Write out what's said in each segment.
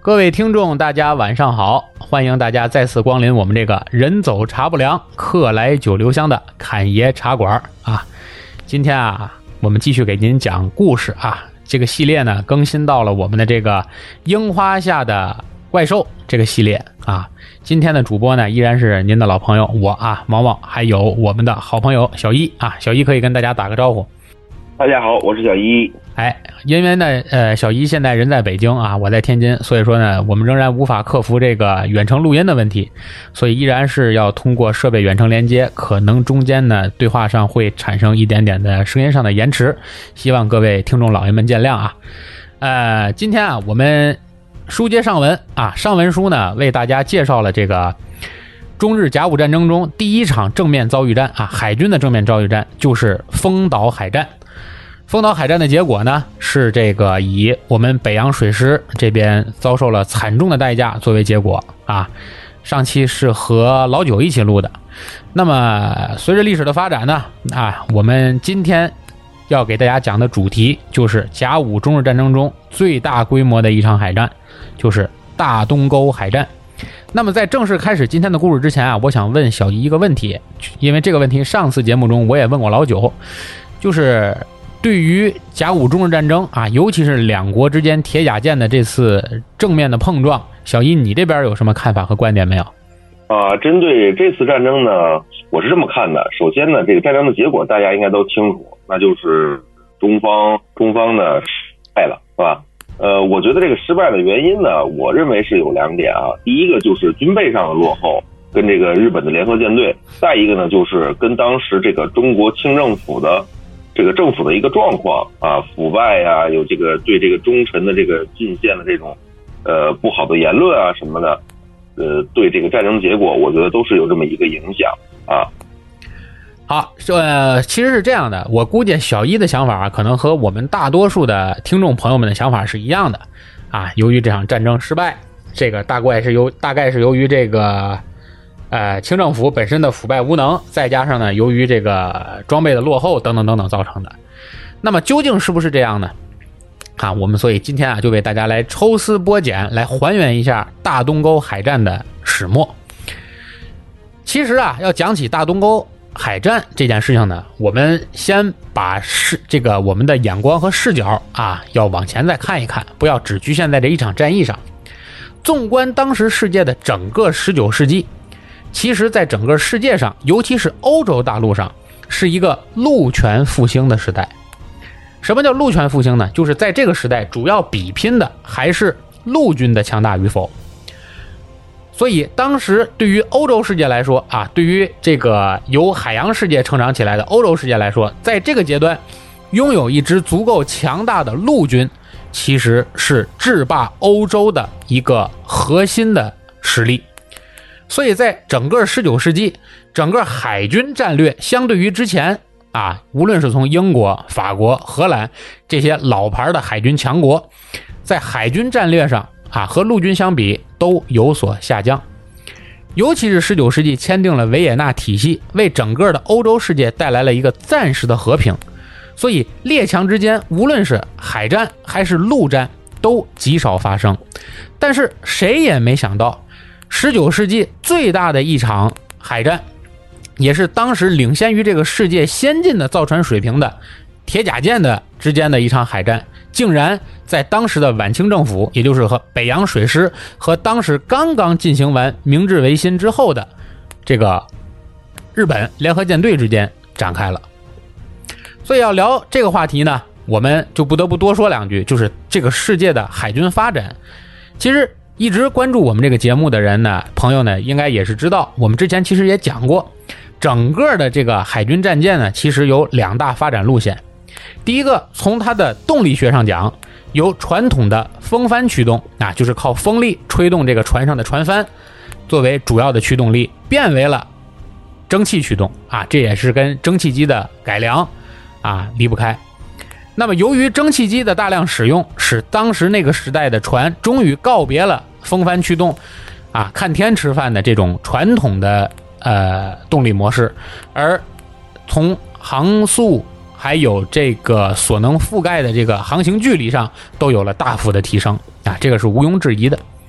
各位听众大家晚上好，欢迎大家再次光临我们这个人走茶不凉客来酒留香的侃爷茶馆啊。今天啊我们继续给您讲故事啊，这个系列呢更新到了我们的这个樱花下的怪兽这个系列啊。今天的主播呢依然是您的老朋友我啊毛毛，还有我们的好朋友小一啊。小一可以跟大家打个招呼。 大家好，我是小一。 因为呢，小一现在人在北京啊，我在天津，所以说呢，我们仍然无法克服这个远程录音的问题，所以依然是要通过设备远程连接，可能中间呢对话上会产生一点点的声音上的延迟，希望各位听众老爷们见谅啊。今天啊，我们书接上文啊，上文书呢为大家介绍了这个中日甲午战争中第一场正面遭遇战啊，海军的正面遭遇战就是丰岛海战。丰岛海战的结果呢，是这个以我们北洋水师这边遭受了惨重的代价作为结果啊。上期是和老九一起录的。那么随着历史的发展呢，啊，我们今天要给大家讲的主题就是甲午中日战争中最大规模的一场海战，就是大东沟海战。那么在正式开始今天的故事之前啊，我想问小姨一个问题，因为这个问题上次节目中我也问过老九，就是对于甲午中日战争啊，尤其是两国之间铁甲舰的这次正面的碰撞，小一你这边有什么看法和观点没有？ 针对这次战争呢，我是这么看的。首先呢，这个战争的结果大家应该都清楚，那就是中方呢失败了，是吧？我觉得这个失败的原因呢，我认为是有两点啊。第一个就是军备上的落后，跟这个日本的联合舰队；再一个呢，就是跟当时这个中国清政府的这个政府的一个状况啊，腐败呀，有这个对这个忠臣的这个进献的这种不好的言论啊什么的，对这个战争结果，我觉得都是有这么一个影响啊。 好，其实是这样的，我估计小一的想法可能和我们大多数的听众朋友们的想法是一样的啊。由于这场战争失败，这个大概是由于这个清政府本身的腐败无能，再加上呢由于这个装备的落后等等等等造成的。那么究竟是不是这样呢？啊，我们所以今天啊就为大家来抽丝剥茧，来还原一下大东沟海战的始末。其实啊，要讲起大东沟海战这件事情呢，我们先把这个我们的眼光和视角啊要往前再看一看，不要只局限在这一场战役上。纵观当时世界的整个19世纪，其实在整个世界上，尤其是欧洲大陆上，是一个陆权复兴的时代。什么叫陆权复兴呢？就是在这个时代主要比拼的还是陆军的强大与否。所以当时对于欧洲世界来说啊，对于这个由海洋世界成长起来的欧洲世界来说，在这个阶段拥有一支足够强大的陆军，其实是制霸欧洲的一个核心的实力。所以在整个19世纪，整个海军战略相对于之前啊，无论是从英国、法国、荷兰这些老牌的海军强国，在海军战略上啊和陆军相比都有所下降。尤其是19世纪签订了维也纳体系，为整个的欧洲世界带来了一个暂时的和平。所以列强之间无论是海战还是陆战都极少发生。但是谁也没想到19世纪最大的一场海战，也是当时领先于这个世界先进的造船水平的铁甲舰的之间的一场海战，竟然在当时的晚清政府，也就是和北洋水师和当时刚刚进行完明治维新之后的这个日本联合舰队之间展开了。所以要聊这个话题呢，我们就不得不多说两句，就是这个世界的海军发展。其实一直关注我们这个节目的人呢，朋友呢应该也是知道，我们之前其实也讲过，整个的这个海军战舰呢，其实有两大发展路线。第一个，从它的动力学上讲，由传统的风帆驱动啊，就是靠风力吹动这个船上的船帆作为主要的驱动力，变为了蒸汽驱动啊，这也是跟蒸汽机的改良啊离不开。那么由于蒸汽机的大量使用，使当时那个时代的船终于告别了风帆驱动啊看天吃饭的这种传统的动力模式，而从航速还有这个所能覆盖的这个航行距离上都有了大幅的提升啊，这个是毋庸置疑的。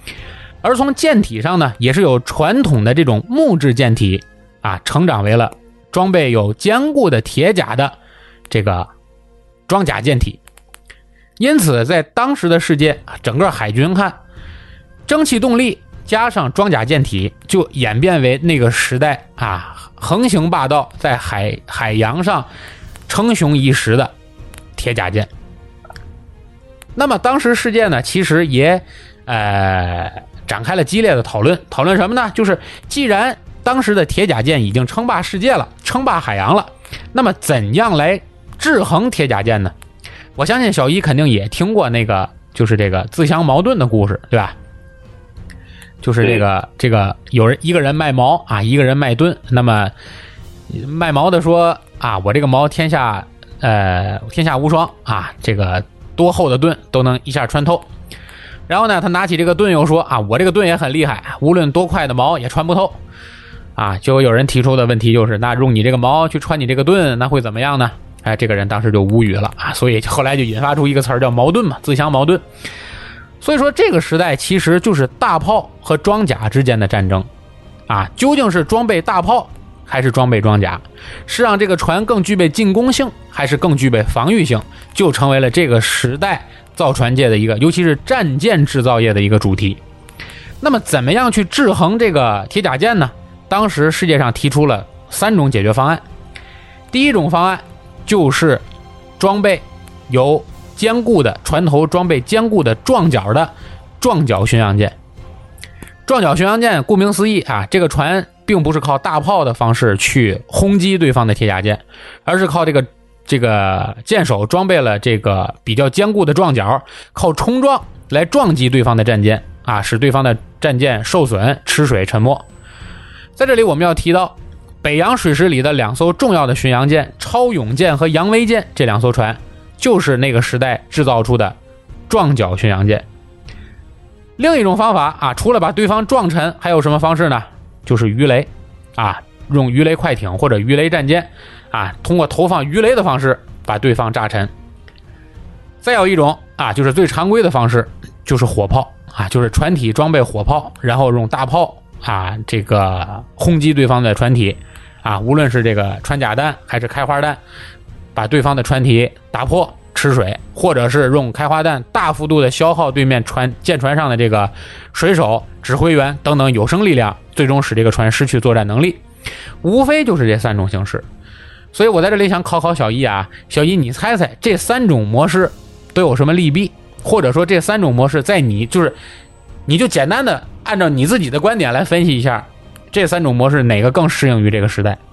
而从舰体上呢，也是有传统的这种木质舰体啊，成长为了装备有坚固的铁甲的这个装甲舰体。因此在当时的世界，整个海军看蒸汽动力加上装甲舰体，就演变为那个时代啊横行霸道，在海洋上称雄一时的铁甲舰。那么当时世界呢，其实也展开了激烈的讨论什么呢？就是既然当时的铁甲舰已经称霸世界了，称霸海洋了，那么怎样来制衡铁甲舰呢？我相信小一肯定也听过那个，就是这个自相矛盾的故事，对吧？就是这个一个人卖矛啊，一个人卖盾。那么卖矛的说啊，我这个矛天下无双啊，这个多厚的盾都能一下穿透。然后呢，他拿起这个盾又说啊，我这个盾也很厉害，无论多快的矛也穿不透啊。就有人提出的问题就是，那用你这个矛去穿你这个盾，那会怎么样呢？哎，这个人当时就无语了啊，所以后来就引发出一个词儿叫矛盾嘛，自相矛盾。所以说这个时代其实就是大炮和装甲之间的战争啊，究竟是装备大炮还是装备装甲，是让这个船更具备进攻性还是更具备防御性，就成为了这个时代造船界的一个，尤其是战舰制造业的一个主题。那么怎么样去制衡这个铁甲舰呢？当时世界上提出了3种解决方案。第一种方案就是装备有坚固的船头，装备坚固的撞角的撞角巡洋舰。撞角巡洋舰顾名思义啊，这个船并不是靠大炮的方式去轰击对方的铁甲舰，而是靠这个舰手装备了这个比较坚固的撞角，靠冲撞来撞击对方的战舰啊，使对方的战舰受损、吃水、沉没。在这里我们要提到北洋水师里的2艘重要的巡洋舰超勇舰和扬威舰，这2艘船就是那个时代制造出的撞角巡洋舰。另一种方法啊，除了把对方撞沉，还有什么方式呢？就是鱼雷啊，用鱼雷快艇或者鱼雷战舰啊，通过投放鱼雷的方式把对方炸沉。再有一种啊，就是最常规的方式，就是火炮啊，就是船体装备火炮，然后用大炮啊这个轰击对方的船体啊，无论是这个穿甲弹还是开花弹，把对方的船体打破吃水，或者是用开花弹大幅度的消耗对面舰船上的这个水手、指挥员等等有生力量，最终使这个船失去作战能力。无非就是这3种形式。所以我在这里想考考小一啊，小一你猜猜这3种模式都有什么利弊，或者说这3种模式在你就简单的按照你自己的观点来分析一下，这3种模式哪个更适应于这个时代？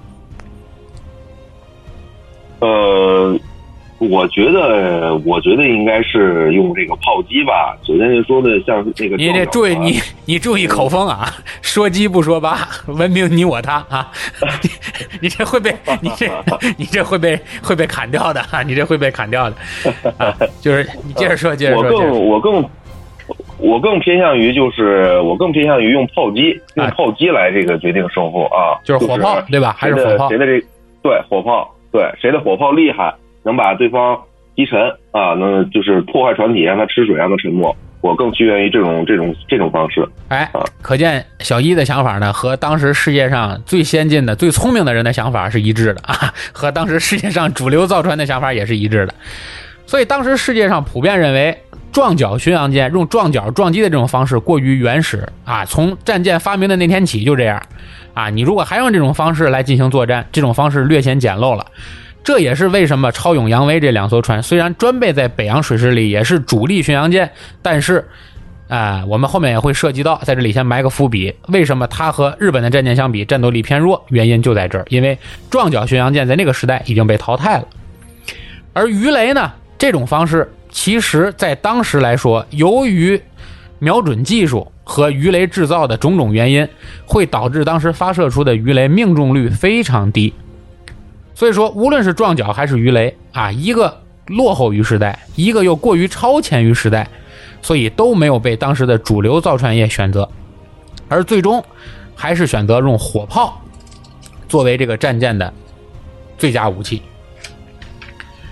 我觉得应该是用这个炮击吧。首先就说的像那个， 你得注意你注意口风啊，说鸡不说八，文明你我他啊，你这会被会被砍掉的啊，你这会被砍掉的啊。就是你接着说。 我更偏向于用炮击来这个决定胜负啊， 就是火炮对吧？还是火炮？ 谁的对火炮，对谁的火炮厉害，能把对方击沉啊，能就是破坏船体，让它吃水，让它沉没。我更趋向于这种方式。 哎，可见小一的想法呢，和当时世界上最先进的、最聪明的人的想法是一致的啊，和当时世界上主流造船的想法也是一致的。所以当时世界上普遍认为，撞角巡洋舰用撞角撞击的这种方式过于原始啊，从战舰发明的那天起就这样啊。你如果还用这种方式来进行作战，这种方式略显简陋了。这也是为什么超勇、扬威这2艘船虽然专备在北洋水师里也是主力巡洋舰，但是我们后面也会涉及到，在这里先埋个伏笔，为什么它和日本的战舰相比战斗力偏弱，原因就在这儿，因为撞角巡洋舰在那个时代已经被淘汰了。而鱼雷呢，这种方式其实在当时来说，由于瞄准技术和鱼雷制造的种种原因，会导致当时发射出的鱼雷命中率非常低。所以说无论是撞角还是鱼雷啊，一个落后于时代，一个又过于超前于时代，所以都没有被当时的主流造船业选择，而最终还是选择用火炮作为这个战舰的最佳武器。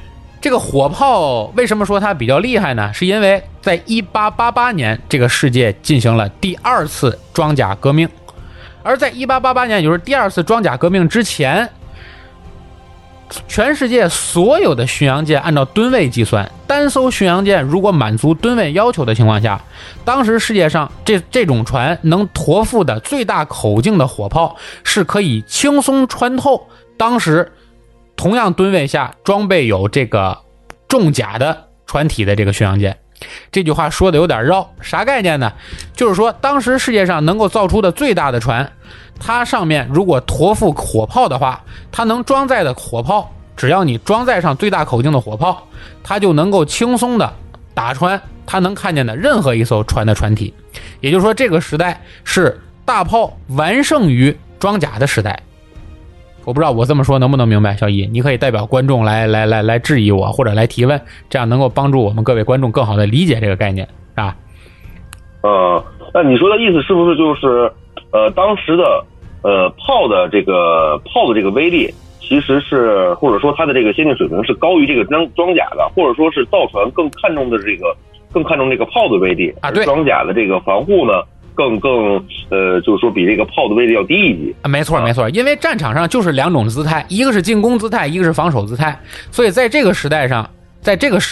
这个火炮为什么说它比较厉害呢？是因为在1888年，这个世界进行了第2次装甲革命，而在1888年，也就是第2次装甲革命之前，全世界所有的巡洋舰按照吨位计算，单艘巡洋舰如果满足吨位要求的情况下，当时世界上这种船能驮负的最大口径的火炮是可以轻松穿透当时同样吨位下装备有这个重甲的船体的这个巡洋舰。这句话说的有点绕，啥概念呢？就是说当时世界上能够造出的最大的船，它上面如果驮负火炮的话，它能装载的火炮，只要你装载上最大口径的火炮，它就能够轻松的打穿它能看见的任何一艘船的船体。也就是说，这个时代是大炮完胜于装甲的时代。我不知道我这么说能不能明白，小易，你可以代表观众来质疑我，或者来提问，这样能够帮助我们各位观众更好的理解这个概念啊。 那你说的意思是不是就是当时的炮的这个威力其实是，或者说它的这个先进水平是高于这个装甲的，或者说是造船更看重这个炮的威力啊？对， 装甲的这个防护呢更就是说比这个炮的威力要低一级。 没错，因为战场上就是2种姿态，一个是进攻姿态，一个是防守姿态。所以在这个时代上，在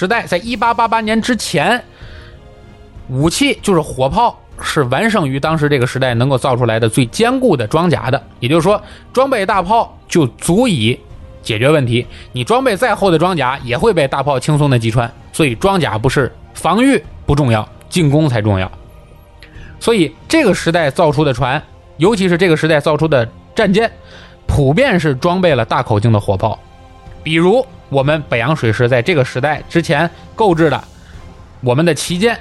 1888年之前，武器就是火炮是完胜于当时这个时代能够造出来的最坚固的装甲的。也就是说，装备大炮就足以解决问题，你装备再厚的装甲也会被大炮轻松的击穿。所以装甲不是防御不重要，进攻才重要。所以这个时代造出的船，尤其是这个时代造出的战舰，普遍是装备了大口径的火炮。比如我们北洋水师在这个时代之前购置的我们的旗舰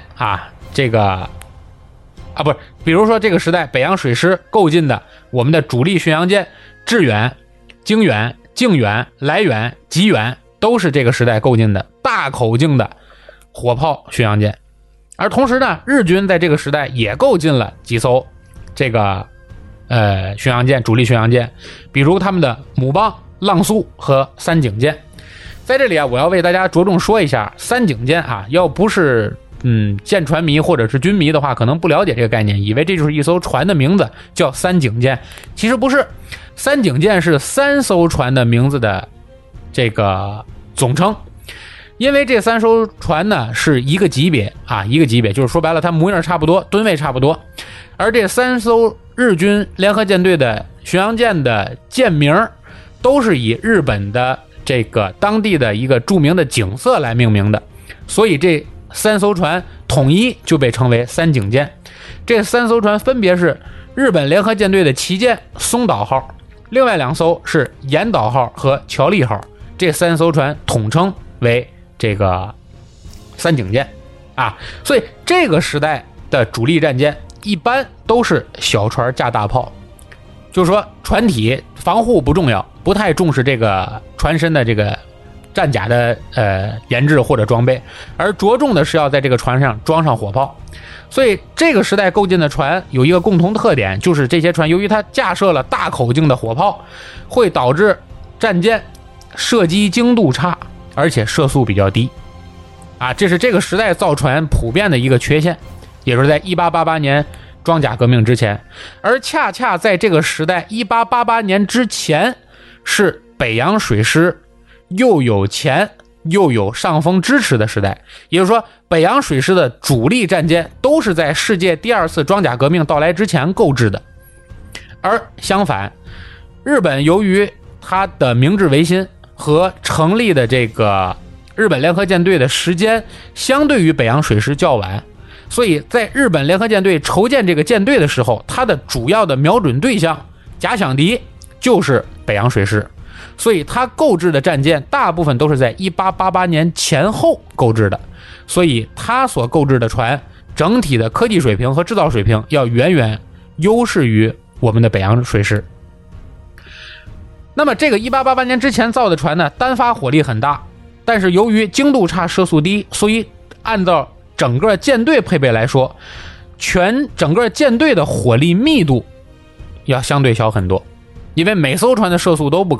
比如说这个时代北洋水师购进的我们的主力巡洋舰致远、经远、靖远、来远、济远，都是这个时代购进的大口径的火炮巡洋舰。而同时呢，日军在这个时代也购进了几艘这个巡洋舰，主力巡洋舰，比如他们的母棒、浪速和三井舰。在这里啊，我要为大家着重说一下三井舰啊，要不是舰船迷或者是军迷的话，可能不了解这个概念，以为这就是一艘船的名字叫三井舰。其实不是，三井舰是3艘船的名字的这个总称。因为这3艘船呢是一个级别啊，一个级别，就是说白了它模样差不多，吨位差不多。而这3艘日军联合舰队的巡洋舰的舰名都是以日本的这个当地的一个著名的景色来命名的，所以这3艘船统一就被称为三井舰。这3艘船分别是日本联合舰队的旗舰松岛号，另外2艘是岩岛号和乔利号，这3艘船统称为这个三井舰啊。所以这个时代的主力战舰一般都是小船加大炮，就是说船体防护不重要，不太重视这个船身的这个战甲的研制或者装备，而着重的是要在这个船上装上火炮。所以这个时代购进的船有一个共同特点，就是这些船由于它架设了大口径的火炮，会导致战舰射击精度差，而且射速比较低啊，这是这个时代造船普遍的一个缺陷，也就是在1888年装甲革命之前。而恰恰在这个时代1888年之前，是北洋水师又有钱又有上风支持的时代。也就是说，北洋水师的主力战舰都是在世界第2次装甲革命到来之前购置的。而相反，日本由于它的明治维新和成立的这个日本联合舰队的时间相对于北洋水师较晚，所以在日本联合舰队筹建这个舰队的时候，它的主要的瞄准对象假想敌就是北洋水师，所以它购置的战舰大部分都是在1888年前后购置的，所以它所购置的船整体的科技水平和制造水平要远远优势于我们的北洋水师。那么这个1888年之前造的船呢，单发火力很大，但是由于精度差、射速低，所以按照整个舰队配备来说，整个舰队的火力密度要相对小很多，因为每艘船的射速都不高，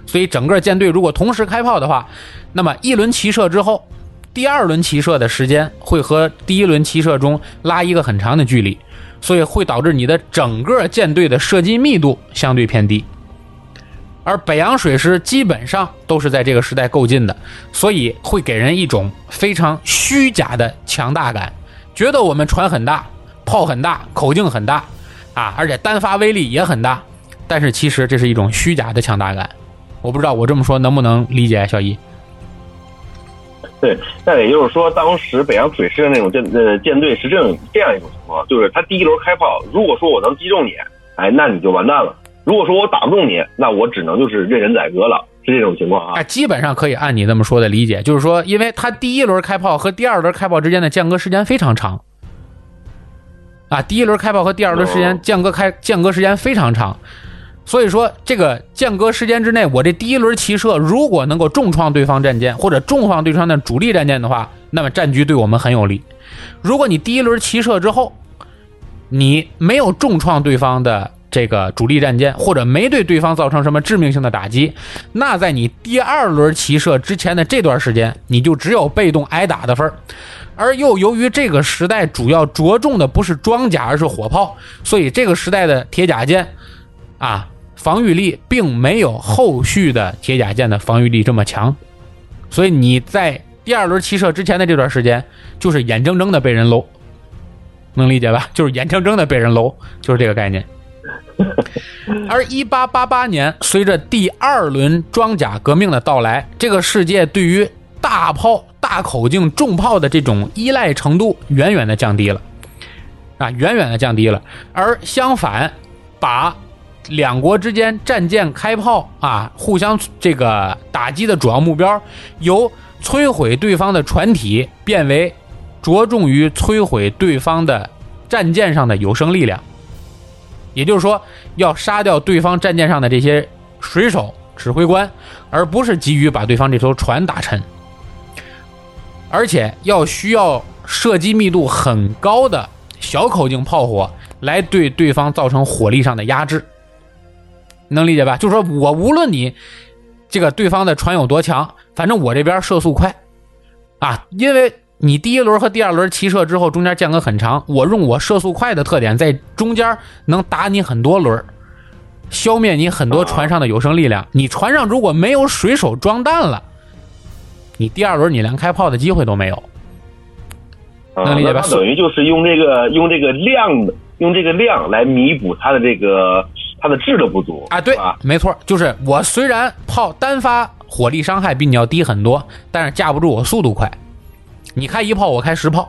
所以整个舰队如果同时开炮的话，那么一轮齐射之后，第二轮齐射的时间会和第一轮齐射中拉一个很长的距离，所以会导致你的整个舰队的射击密度相对偏低。而北洋水师基本上都是在这个时代构进的，所以会给人一种非常虚假的强大感，觉得我们船很大，炮很大，口径很大啊，而且单发威力也很大，但是其实这是一种虚假的强大感。我不知道我这么说能不能理解，小易？ 对，那也就是说，当时北洋水师的那种舰队是这样一种情况，就是他第一轮开炮，如果说我能击中你，哎，那你就完蛋了；如果说我打不中你，那我只能就是任人宰割了，是这种情况啊。 哎，基本上可以按你这么说的理解，就是说，因为他第一轮开炮和第二轮开炮之间的间隔时间非常长，啊，第一轮开炮和第二轮时间间隔时间非常长。所以说这个间隔时间之内，我这第一轮齐射如果能够重创对方战舰或者重创对方的主力战舰的话，那么战局对我们很有利。如果你第一轮齐射之后你没有重创对方的这个主力战舰，或者没对对方造成什么致命性的打击，那在你第二轮齐射之前的这段时间，你就只有被动挨打的份儿。而又由于这个时代主要着重的不是装甲而是火炮，所以这个时代的铁甲舰啊，防御力并没有后续的铁甲舰的防御力这么强，所以你在第二轮齐射之前的这段时间，就是眼睁睁的被人搂，能理解吧？就是眼睁睁的被人搂，就是这个概念。而1888年，随着第二轮装甲革命的到来，这个世界对于大炮、大口径重炮的这种依赖程度远远的降低了，啊，远远的降低了。而相反，把两国之间战舰开炮啊，互相这个打击的主要目标由摧毁对方的船体变为着重于摧毁对方的战舰上的有生力量，也就是说要杀掉对方战舰上的这些水手指挥官，而不是急于把对方这艘船打沉，而且需要射击密度很高的小口径炮火来对对方造成火力上的压制，能理解吧？就是说我无论你这个对方的船有多强，反正我这边射速快啊，因为你第一轮和第二轮齐射之后中间间隔很长，我用我射速快的特点在中间能打你很多轮，消灭你很多船上的有生力量。你船上如果没有水手装弹了，你第二轮你连开炮的机会都没有，能理解吧？ 那等于就是用这个量来弥补它的质的不足啊。对，没错，就是我虽然炮单发火力伤害比你要低很多，但是架不住我速度快。你开一炮我开10炮，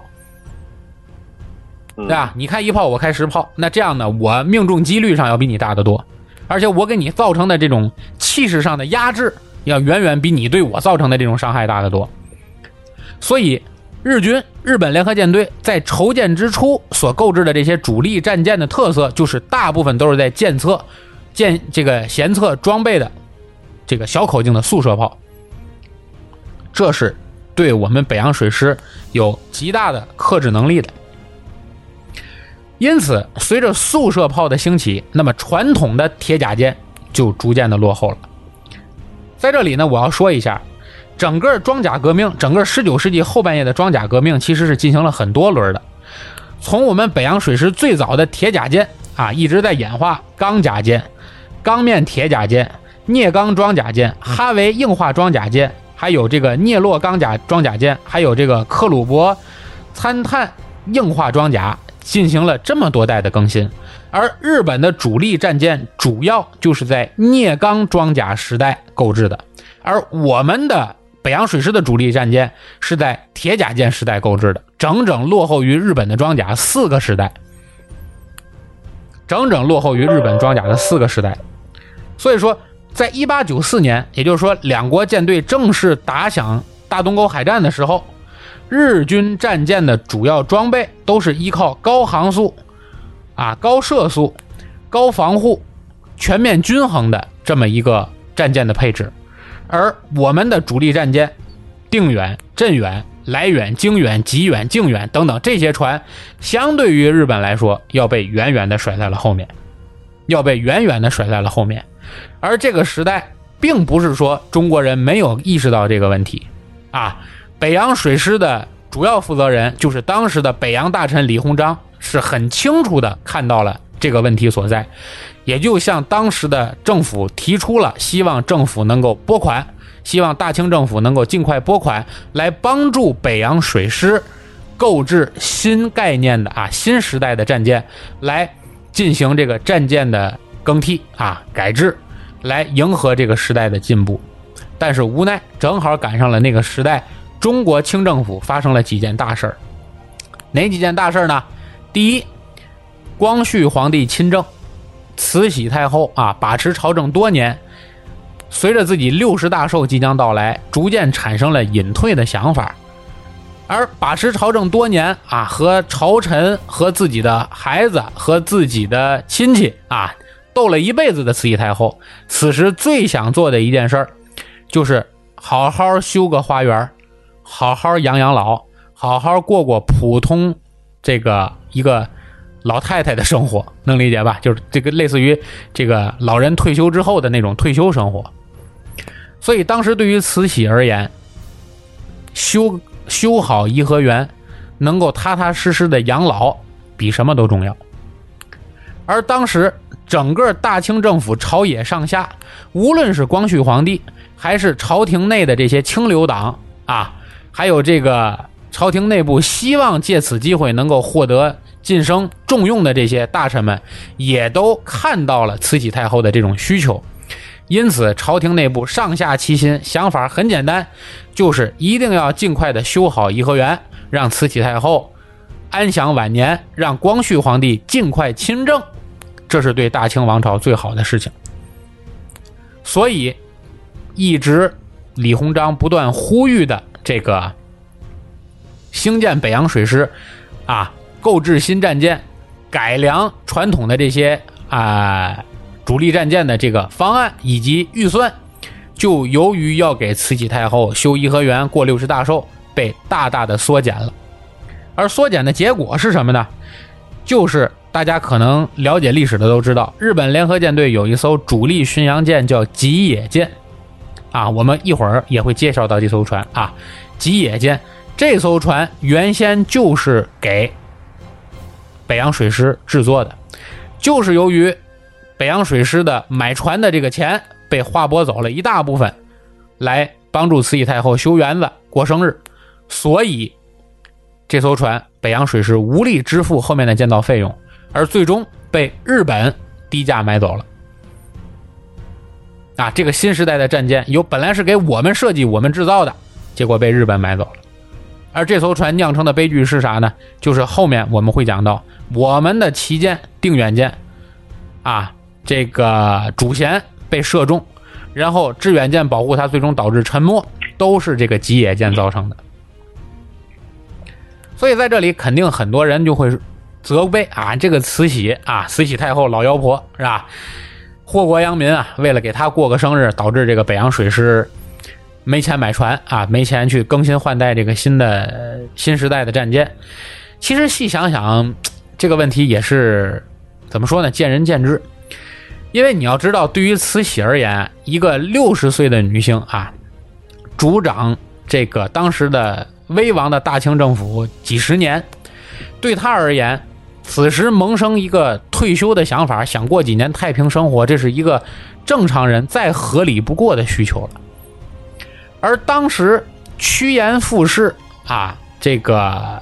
对吧？你开一炮我开10炮，那这样呢，我命中几率上要比你大得多，而且我给你造成的这种气势上的压制要远远比你对我造成的这种伤害大得多。所以日本联合舰队在筹建之初所购置的这些主力战舰的特色，就是大部分都是在舰舷侧装备的这个小口径的速射炮，这是对我们北洋水师有极大的克制能力的。因此随着速射炮的兴起，那么传统的铁甲舰就逐渐的落后了。在这里呢，我要说一下，整个装甲革命，整个19世纪后半叶的装甲革命其实是进行了很多轮的。从我们北洋水师最早的铁甲舰啊，一直在演化钢甲舰、钢面铁甲舰、镍钢装甲舰、哈维硬化装甲舰，还有这个聂洛钢甲装甲舰，还有这个克鲁伯参碳硬化装甲，进行了这么多代的更新。而日本的主力战舰主要就是在镍钢装甲时代购置的，而我们的北洋水师的主力战舰是在铁甲舰时代购置的，整整落后于日本的装甲4个时代，整整落后于日本装甲的4个时代。所以说在1894年，也就是说两国舰队正式打响大东沟海战的时候，日军战舰的主要装备都是依靠高航速高射速、高防护、全面均衡的这么一个战舰的配置。而我们的主力战舰定远、镇远、来远、经远、济远、靖远等等这些船，相对于日本来说要被远远的甩在了后面，而这个时代并不是说中国人没有意识到这个问题啊。北洋水师的主要负责人就是当时的北洋大臣李鸿章，是很清楚的看到了这个问题所在，也就向当时的政府提出了希望政府能够拨款，希望大清政府能够尽快拨款来帮助北洋水师购置新概念的新时代的战舰，来进行这个战舰的更替改制，来迎合这个时代的进步。但是无奈正好赶上了那个时代，中国清政府发生了几件大事儿。哪几件大事呢？第一，光绪皇帝亲政，慈禧太后把持朝政多年，随着自己60大寿即将到来，逐渐产生了隐退的想法。而把持朝政多年和朝臣和自己的孩子和自己的亲戚斗了一辈子的慈禧太后，此时最想做的一件事儿就是好好修个花园，好好养养老，好好过过普通这个一个老太太的生活，能理解吧？就是这个类似于这个老人退休之后的那种退休生活。所以当时对于慈禧而言，修好颐和园，能够踏踏实实的养老，比什么都重要。而当时整个大清政府朝野上下，无论是光绪皇帝还是朝廷内的这些清流党还有这个朝廷内部希望借此机会能够获得晋升重用的这些大臣们，也都看到了慈禧太后的这种需求。因此朝廷内部上下齐心，想法很简单，就是一定要尽快的修好颐和园，让慈禧太后安享晚年，让光绪皇帝尽快亲政，这是对大清王朝最好的事情。所以一直李鸿章不断呼吁的这个兴建北洋水师购置新战舰，改良传统的这些主力战舰的这个方案以及预算，就由于要给慈禧太后修颐和园过60大寿，被大大的缩减了。而缩减的结果是什么呢？就是大家可能了解历史的都知道，日本联合舰队有一艘主力巡洋舰叫吉野舰我们一会儿也会介绍到这艘船吉野舰这艘船原先就是给北洋水师制作的，就是由于北洋水师的买船的这个钱被划拨走了一大部分，来帮助慈禧太后修园子过生日，所以这艘船北洋水师无力支付后面的建造费用，而最终被日本低价买走了这个新时代的战舰本来是给我们设计我们制造的，结果被日本买走了。而这艘船酿成的悲剧是啥呢？就是后面我们会讲到，我们的旗舰定远舰这个主舷被射中，然后致远舰保护它，最终导致沉没，都是这个吉野舰造成的。所以在这里肯定很多人就会责备这个慈禧太后老妖婆是吧？祸国殃民为了给她过个生日，导致这个北洋水师没钱买船没钱去更新换代这个新时代的战舰。其实细想想，这个问题也是怎么说呢？见仁见智。因为你要知道，对于慈禧而言，一个60岁的女性主掌这个当时的危亡的大清政府几十年，对她而言，此时萌生一个退休的想法，想过几年太平生活，这是一个正常人再合理不过的需求了。而当时趋炎附势这个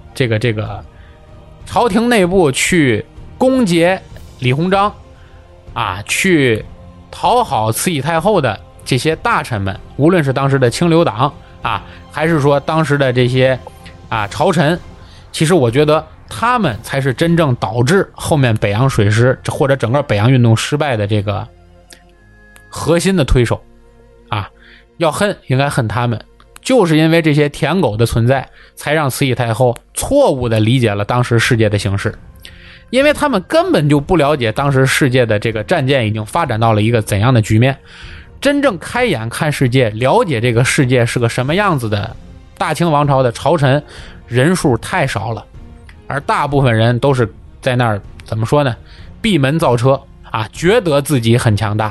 朝廷内部去攻讦李鸿章去讨好慈禧太后的这些大臣们，无论是当时的清流党还是说当时的这些朝臣，其实我觉得他们才是真正导致后面北洋水师或者整个北洋运动失败的这个核心的推手要恨应该恨他们，就是因为这些舔狗的存在，才让慈禧太后错误地理解了当时世界的形势。因为他们根本就不了解当时世界的这个战舰已经发展到了一个怎样的局面，真正开眼看世界，了解这个世界是个什么样子的大清王朝的朝臣人数太少了，而大部分人都是在那儿怎么说呢？闭门造车觉得自己很强大，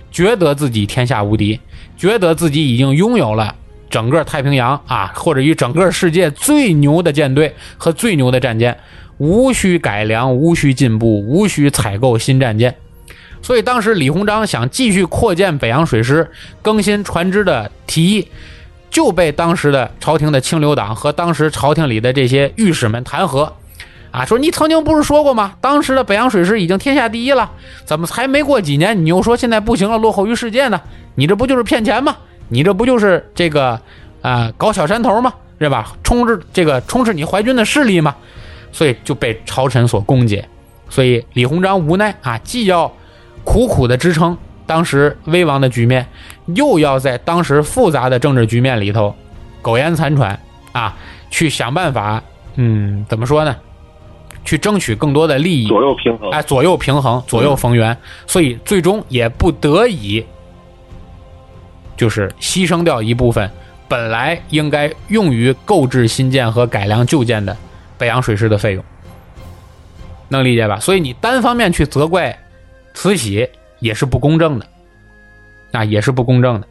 觉得自己天下无敌，觉得自己已经拥有了整个太平洋啊，或者于整个世界最牛的舰队和最牛的战舰，无需改良，无需进步，无需采购新战舰。所以当时李鸿章想继续扩建北洋水师，更新船只的提议，就被当时的朝廷的清流党和当时朝廷里的这些御史们弹劾啊，说你曾经不是说过吗？当时的北洋水师已经天下第一了，怎么才没过几年你又说现在不行了，落后于世界呢？你这不就是骗钱吗？你这不就是这个搞小山头吗？对吧？充斥你淮军的势力吗？所以就被朝臣所攻讦。所以李鸿章无奈啊，既要苦苦的支撑当时危亡的局面，又要在当时复杂的政治局面里头苟延残喘啊，去想办法，怎么说呢？去争取更多的利益， 左右平衡， 左右平衡，左右逢源，所以最终也不得已，就是牺牲掉一部分本来应该用于购置新舰和改良旧舰的北洋水师的费用，能理解吧？所以你单方面去责怪慈禧也是不公正的，也是不公正的。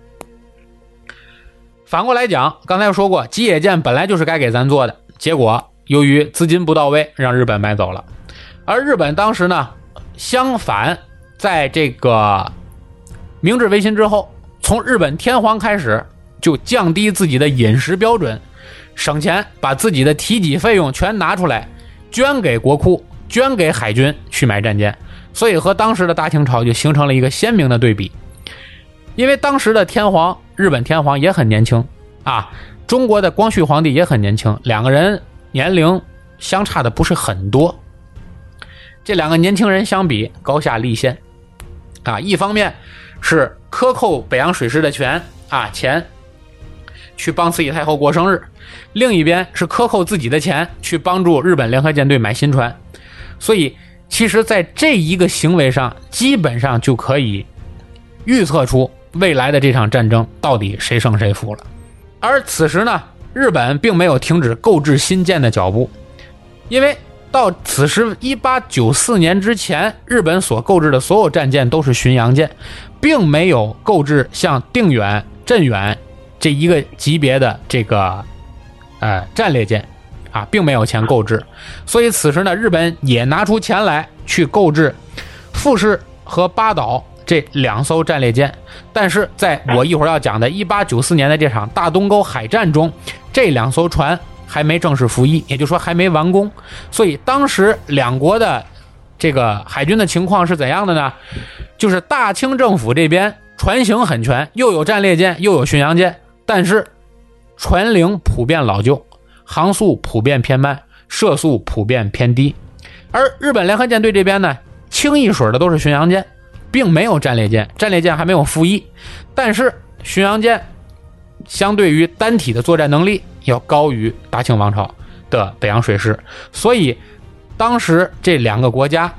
反过来讲，刚才说过，吉野舰本来就是该给咱做的，结果由于资金不到位，让日本买走了。而日本当时呢，相反，在这个明治维新之后，从日本天皇开始就降低自己的饮食标准，省钱，把自己的提给费用全拿出来，捐给国库，捐给海军去买战舰。所以和当时的大清朝就形成了一个鲜明的对比。因为当时的天皇，日本天皇也很年轻啊，中国的光绪皇帝也很年轻，两个人年龄相差的不是很多。这两个年轻人相比，高下立现啊！一方面是克扣北洋水师的钱去帮慈禧太后过生日，另一边是克扣自己的钱去帮助日本联合舰队买新船。所以其实在这一个行为上，基本上就可以预测出未来的这场战争到底谁胜谁负了。而此时呢，日本并没有停止购置新舰的脚步，因为到此时1894年之前，日本所购置的所有战舰都是巡洋舰，并没有购置像定远、镇远这一个级别的这个战列舰啊，并没有钱购置。所以此时呢，日本也拿出钱来去购置富士和八岛这2艘战列舰。但是在我一会儿要讲的1894年的这场大东沟海战中，这2艘船还没正式服役，也就是说还没完工。所以当时两国的这个海军的情况是怎样的呢？就是大清政府这边船型很全，又有战列舰又有巡洋舰，但是船龄普遍老旧，航速普遍偏慢，射速普遍偏低。而日本联合舰队这边呢，清一水的都是巡洋舰，并没有战列舰，战列舰还没有服役，但是巡洋舰相对于单体的作战能力要高于大清王朝的北洋水师。所以当时这两个国家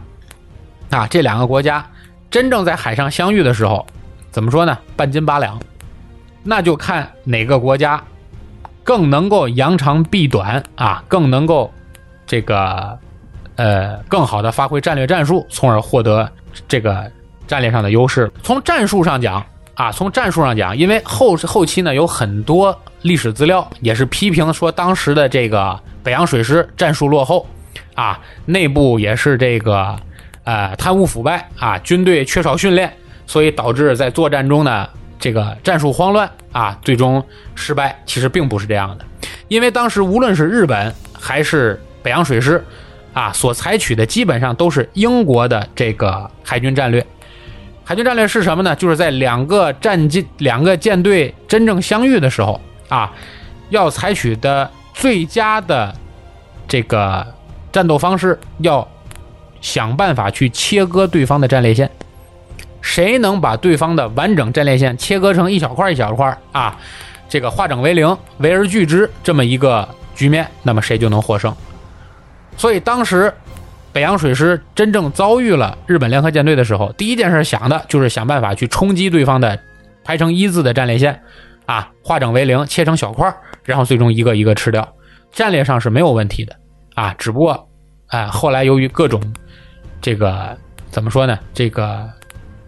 真正在海上相遇的时候，怎么说呢？半斤八两。那就看哪个国家更能够扬长避短啊，更能够这个更好的发挥战略战术，从而获得这个战略上的优势。从战术上讲，因为后期呢有很多历史资料也是批评说当时的这个北洋水师战术落后啊，内部也是这个贪污腐败啊，军队缺少训练，所以导致在作战中呢这个战术慌乱啊，最终失败。其实并不是这样的，因为当时无论是日本还是北洋水师啊，所采取的基本上都是英国的这个海军战略。海军战略是什么呢？就是在两个舰队真正相遇的时候啊，要采取的最佳的这个战斗方式，要想办法去切割对方的战列线。谁能把对方的完整战列线切割成一小块一小块啊，这个化整为零，围而拒之这么一个局面，那么谁就能获胜。所以当时北洋水师真正遭遇了日本联合舰队的时候，第一件事想的就是想办法去冲击对方的排成一字的战列线啊，化整为零，切成小块，然后最终一个一个吃掉。战略上是没有问题的啊，只不过后来由于各种这个怎么说呢，这个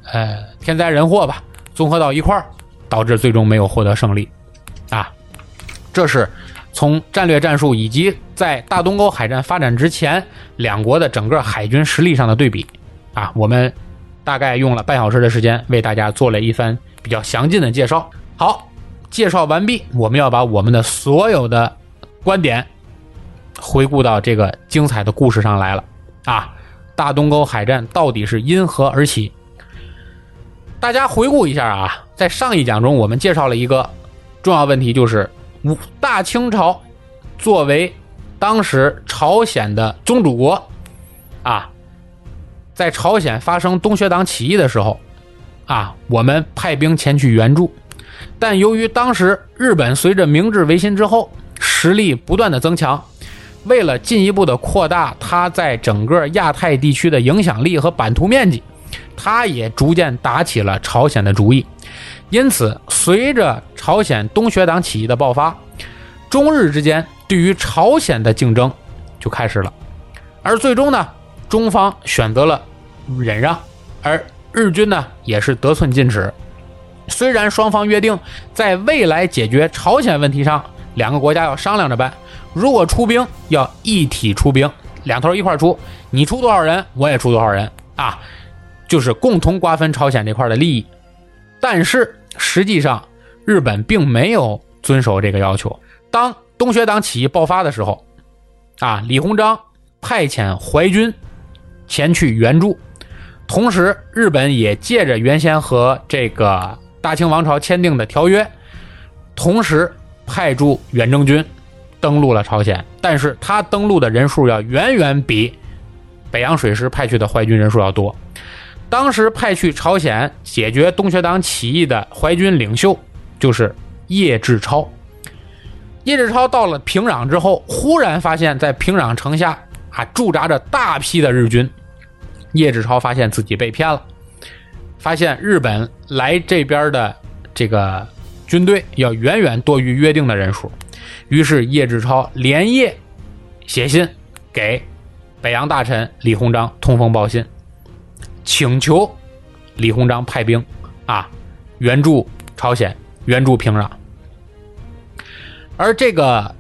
天灾人祸吧，综合到一块儿，导致最终没有获得胜利啊。这是从战略战术以及在大东沟海战发展之前两国的整个海军实力上的对比啊，我们大概用了半小时的时间为大家做了一番比较详尽的介绍。好，介绍完毕，我们要把我们的所有的观点回顾到这个精彩的故事上来了啊！大东沟海战到底是因何而起？大家回顾一下啊，在上一讲中我们介绍了一个重要问题，就是大清朝作为当时朝鲜的宗主国啊，在朝鲜发生东学党起义的时候啊，我们派兵前去援助，但由于当时日本随着明治维新之后实力不断的增强，为了进一步的扩大它在整个亚太地区的影响力和版图面积，它也逐渐打起了朝鲜的主意。因此随着朝鲜东学党起义的爆发，中日之间对于朝鲜的竞争就开始了，而最终呢，中方选择了忍让，而日军呢也是得寸进尺。虽然双方约定在未来解决朝鲜问题上两个国家要商量着办，如果出兵要一体出兵，两头一块出，你出多少人我也出多少人啊，就是共同瓜分朝鲜这块的利益。但是实际上日本并没有遵守这个要求。当东学党起义爆发的时候啊，李鸿章派遣淮军前去援助，同时日本也借着原先和这个大清王朝签订的条约，同时派驻远征军登陆了朝鲜，但是他登陆的人数要远远比北洋水师派去的淮军人数要多。当时派去朝鲜解决东学党起义的淮军领袖就是叶志超。叶志超到了平壤之后，忽然发现在平壤城下驻扎着大批的日军。叶志超发现自己被骗了，发现日本来这边的这个军队要远远多于约定的人数，于是叶志超连夜写信给北洋大臣李鸿章通风报信，请求李鸿章派兵援助朝鲜，援助平壤。而这个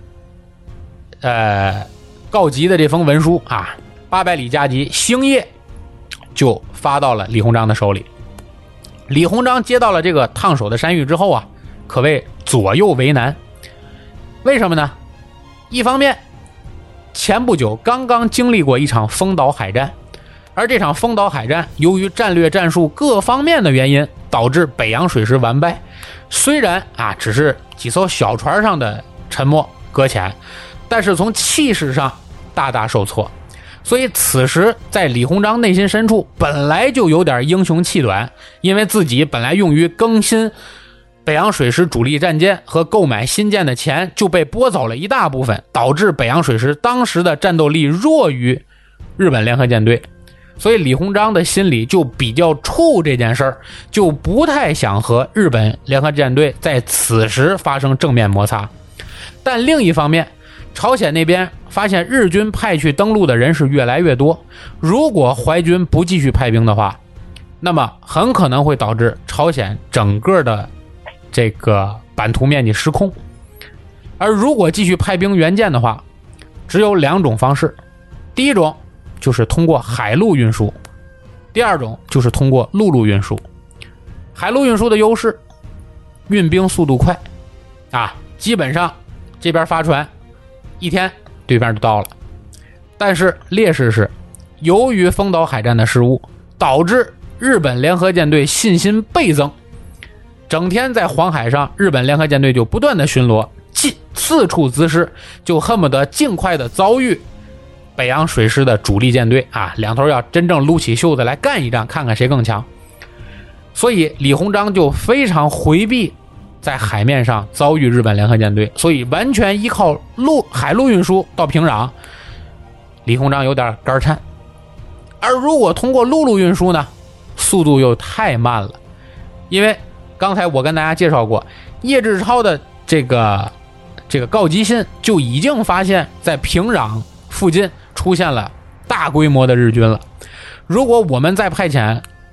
告急的这封文书800里加急星夜就发到了李鸿章的手里。李鸿章接到了这个烫手的山芋之后可谓左右为难。为什么呢？一方面前不久刚刚经历过一场丰岛海战，而这场丰岛海战由于战略战术各方面的原因导致北洋水师完败，虽然只是几艘小船上的沉没搁浅，但是从气势上大大受挫。所以此时在李鸿章内心深处本来就有点英雄气短，因为自己本来用于更新北洋水师主力战舰和购买新舰的钱就被拨走了一大部分，导致北洋水师当时的战斗力弱于日本联合舰队。所以李鸿章的心里就比较怵这件事儿，就不太想和日本联合舰队在此时发生正面摩擦。但另一方面，朝鲜那边发现日军派去登陆的人是越来越多，如果淮军不继续派兵的话，那么很可能会导致朝鲜整个的这个版图面积失控。而如果继续派兵援建的话，只有两种方式，第一种就是通过海陆运输，第二种就是通过陆路运输。海陆运输的优势，运兵速度快基本上这边发船一天对面就到了。但是劣势是，由于丰岛海战的失误，导致日本联合舰队信心倍增，整天在黄海上日本联合舰队就不断的巡逻，四处滋事，就恨不得尽快的遭遇北洋水师的主力舰队两头要真正撸起袖子来干一仗，看看谁更强。所以李鸿章就非常回避在海面上遭遇日本联合舰队，所以完全依靠海陆运输到平壤，李鸿章有点肝颤。而如果通过陆路运输呢，速度又太慢了。因为刚才我跟大家介绍过，叶志超的这个告急信就已经发现在平壤附近出现了大规模的日军了。如果我们再派遣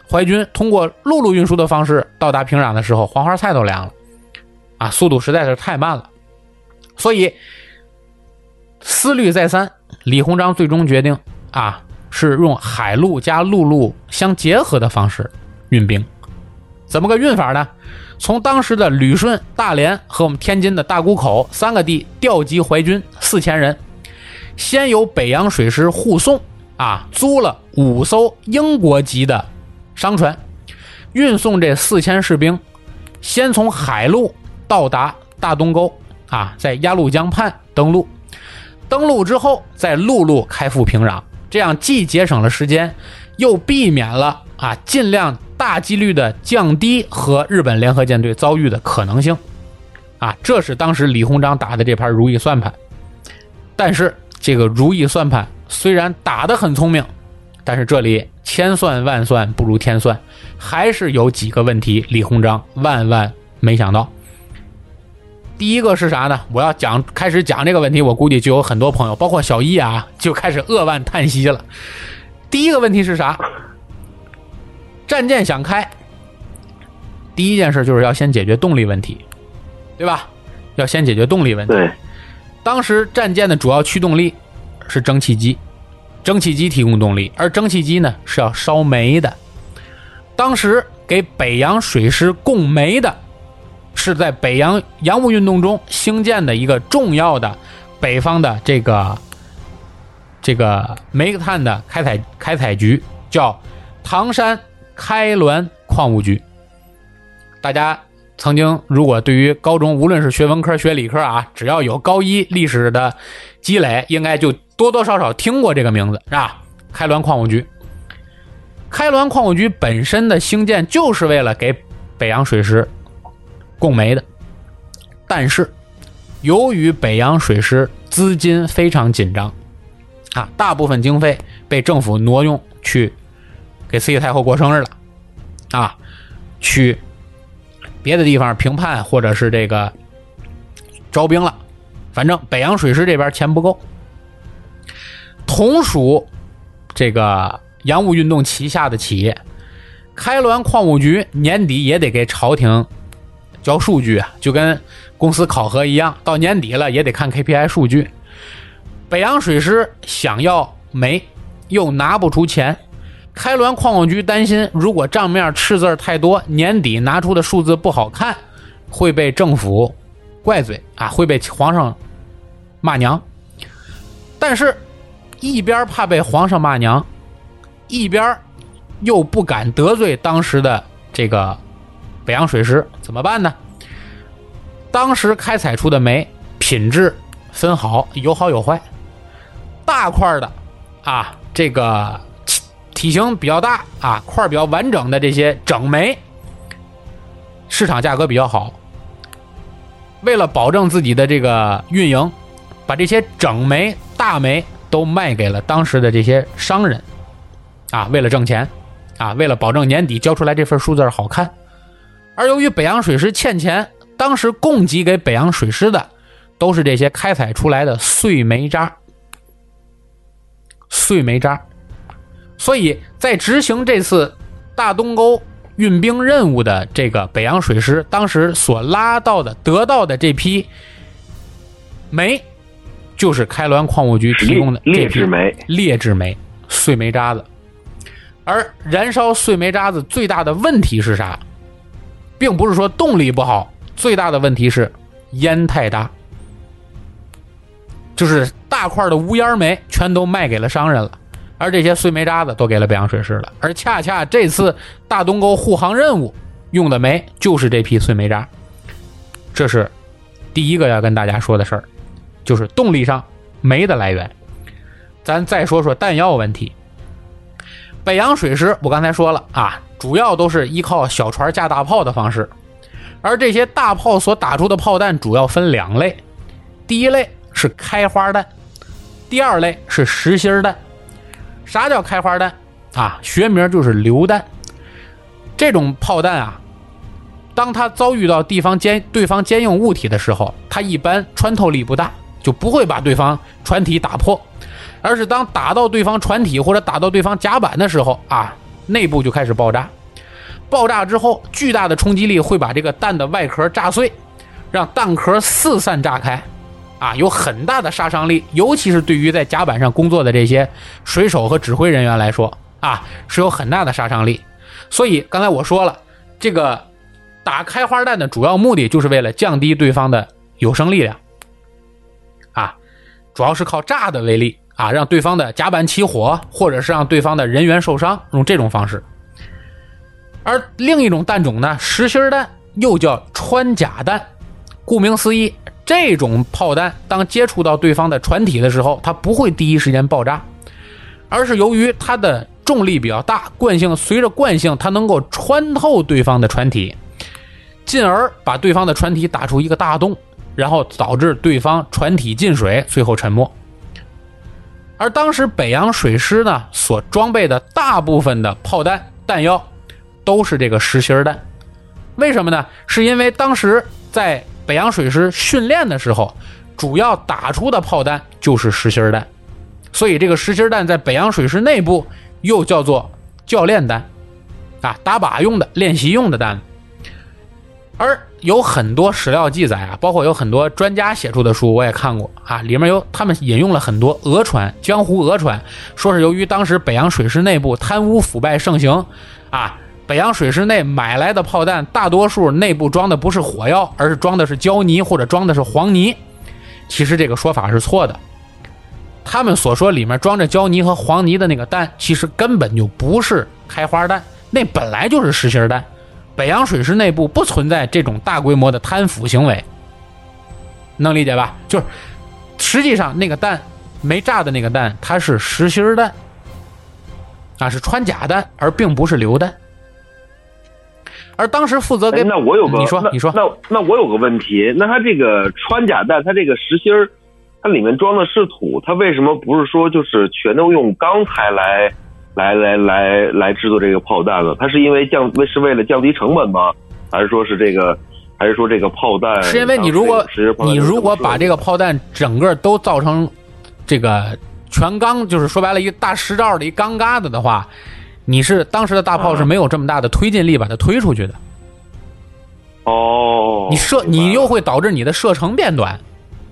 淮军通过陆路运输的方式到达平壤的时候，黄花菜都凉了啊，速度实在是太慢了。所以思虑再三，李鸿章最终决定啊，是用海路加陆路相结合的方式运兵。怎么个运法呢？从当时的旅顺、大连和我们天津的大沽口3个地调集淮军4000人，先由北洋水师护送啊，租了5艘英国籍的商船，运送这4000士兵，先从海路到达大东沟啊，在鸭绿江畔登陆。登陆之后，在陆路开赴平壤，这样既节省了时间，又避免了啊尽量大几率的降低和日本联合舰队遭遇的可能性啊，这是当时李鸿章打的这盘如意算盘。但是这个如意算盘虽然打得很聪明，但是这里千算万算不如天算，还是有几个问题李鸿章万万没想到。第一个是啥呢？我要开始讲这个问题，我估计就有很多朋友包括小一啊就开始扼腕叹息了。第一个问题是啥？战舰想开，第一件事就是要先解决动力问题，对吧？要先解决动力问题。 对， 当时战舰的主要驱动力是蒸汽机，蒸汽机提供动力，而蒸汽机呢是要烧煤的。当时给北洋水师供煤的是在北洋洋务运动中兴建的一个重要的北方的这个煤炭的开采局，叫唐山开滦矿务局。大家曾经如果对于高中无论是学文科学理科啊，只要有高一历史的积累，应该就多多少少听过这个名字，是吧？开滦矿务局。开滦矿务局本身的兴建就是为了给北洋水师供煤的，但是由于北洋水师资金非常紧张啊，大部分经费被政府挪用去给慈禧太后过生日了啊，去别的地方评判或者是这个招兵了，反正北洋水师这边钱不够。同属这个洋务运动旗下的企业开滦矿务局年底也得给朝廷交数据啊，就跟公司考核一样，到年底了也得看 KPI 数据。北洋水师想要煤又拿不出钱，开滦矿务局担心如果账面赤字太多，年底拿出的数字不好看，会被政府怪罪啊，会被皇上骂娘。但是一边怕被皇上骂娘，一边又不敢得罪当时的这个北洋水师，怎么办呢？当时开采出的煤品质分好，有好有坏。大块的啊，这个体型比较大啊，块比较完整的这些整煤，市场价格比较好。为了保证自己的这个运营，把这些整煤、大煤都卖给了当时的这些商人啊，为了挣钱啊，为了保证年底交出来这份数字好看。而由于北洋水师欠钱，当时供给给北洋水师的都是这些开采出来的碎煤渣。所以在执行这次大东沟运兵任务的这个北洋水师当时所得到的这批煤，就是开滦矿务局提供的这批劣质煤碎煤渣子。而燃烧碎煤渣子最大的问题是啥？并不是说动力不好，最大的问题是烟太大，就是大块的无烟煤全都卖给了商人了，而这些碎煤渣子都给了北洋水师了。而恰恰这次大东沟护航任务用的煤就是这批碎煤渣。这是第一个要跟大家说的事儿，就是动力上煤的来源。咱再说说弹药问题。北洋水师我刚才说了啊，主要都是依靠小船架大炮的方式，而这些大炮所打出的炮弹主要分2类，第一类是开花弹，第2类是实心弹。啥叫开花弹啊？学名就是榴弹。这种炮弹啊，当它遭遇到对方坚硬物体的时候，它一般穿透力不大，就不会把对方船体打破，而是当打到对方船体或者打到对方甲板的时候啊，内部就开始爆炸爆炸之后，巨大的冲击力会把这个弹的外壳炸碎，让弹壳四散炸开，啊，有很大的杀伤力，尤其是对于在甲板上工作的这些水手和指挥人员来说，啊，是有很大的杀伤力。所以刚才我说了，这个打开花弹的主要目的就是为了降低对方的有生力量，啊，主要是靠炸的威力啊，让对方的甲板起火，或者是让对方的人员受伤，用这种方式。而另一种弹种呢，实心弹又叫穿甲弹，顾名思义，这种炮弹当接触到对方的船体的时候，它不会第一时间爆炸，而是由于它的重力比较大，随着惯性它能够穿透对方的船体，进而把对方的船体打出一个大洞，然后导致对方船体进水，最后沉没。而当时北洋水师呢所装备的大部分的炮弹弹药都是这个实心弹。为什么呢？是因为当时在北洋水师训练的时候，主要打出的炮弹就是实心弹，所以这个实心弹在北洋水师内部又叫做教练弹，啊，打靶用的、练习用的弹。而有很多史料记载啊，包括有很多专家写出的书我也看过啊，里面他们引用了很多讹传，江湖讹传，说是由于当时北洋水师内部贪污腐败盛行啊，北洋水师内买来的炮弹大多数内部装的不是火药，而是装的是胶泥或者装的是黄泥。其实这个说法是错的，他们所说里面装着胶泥和黄泥的那个弹，其实根本就不是开花弹，那本来就是实心弹。北洋水师内部不存在这种大规模的贪腐行为，能理解吧？就是实际上那个弹没炸的那个弹，它是实心弹啊，是穿甲弹，而并不是榴弹。而当时负责给那我有个你说那我有个问题，那它这个穿甲弹，它这个实心儿，它里面装的是土，它为什么不是说就是全都用钢材来制作这个炮弹呢？它是因为是为了降低成本吗？还是说这个炮弹是因为你如果把这个炮弹整个都造成这个全钢，就是说白了一个大石罩的一钢疙瘩的话，你是当时的大炮是没有这么大的推进力把它推出去的。 哦， 你又会导致你的射程变短。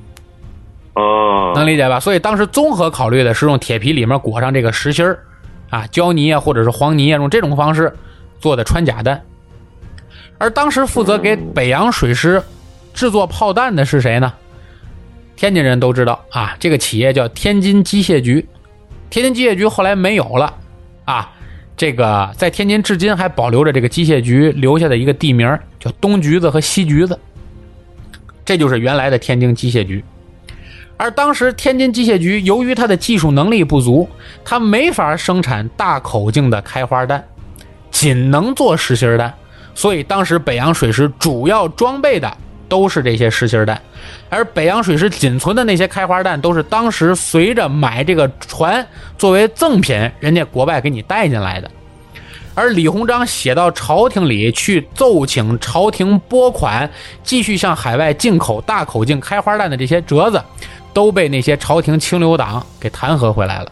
能理解吧？所以当时综合考虑的是用铁皮里面裹上这个实心儿啊，胶泥啊，或者是黄泥啊，用这种方式做的穿甲弹。而当时负责给北洋水师制作炮弹的是谁呢？天津人都知道啊，这个企业叫天津机械局。天津机械局后来没有了啊，这个在天津至今还保留着这个机械局留下的一个地名，叫东局子和西局子，这就是原来的天津机械局。而当时天津机械局由于它的技术能力不足，它没法生产大口径的开花弹，仅能做实心弹，所以当时北洋水师主要装备的都是这些实心弹，而北洋水师仅存的那些开花弹都是当时随着买这个船作为赠品人家国外给你带进来的。而李鸿章写到朝廷里去奏请朝廷拨款继续向海外进口大口径开花弹的这些折子，都被那些朝廷清流党给弹劾回来了。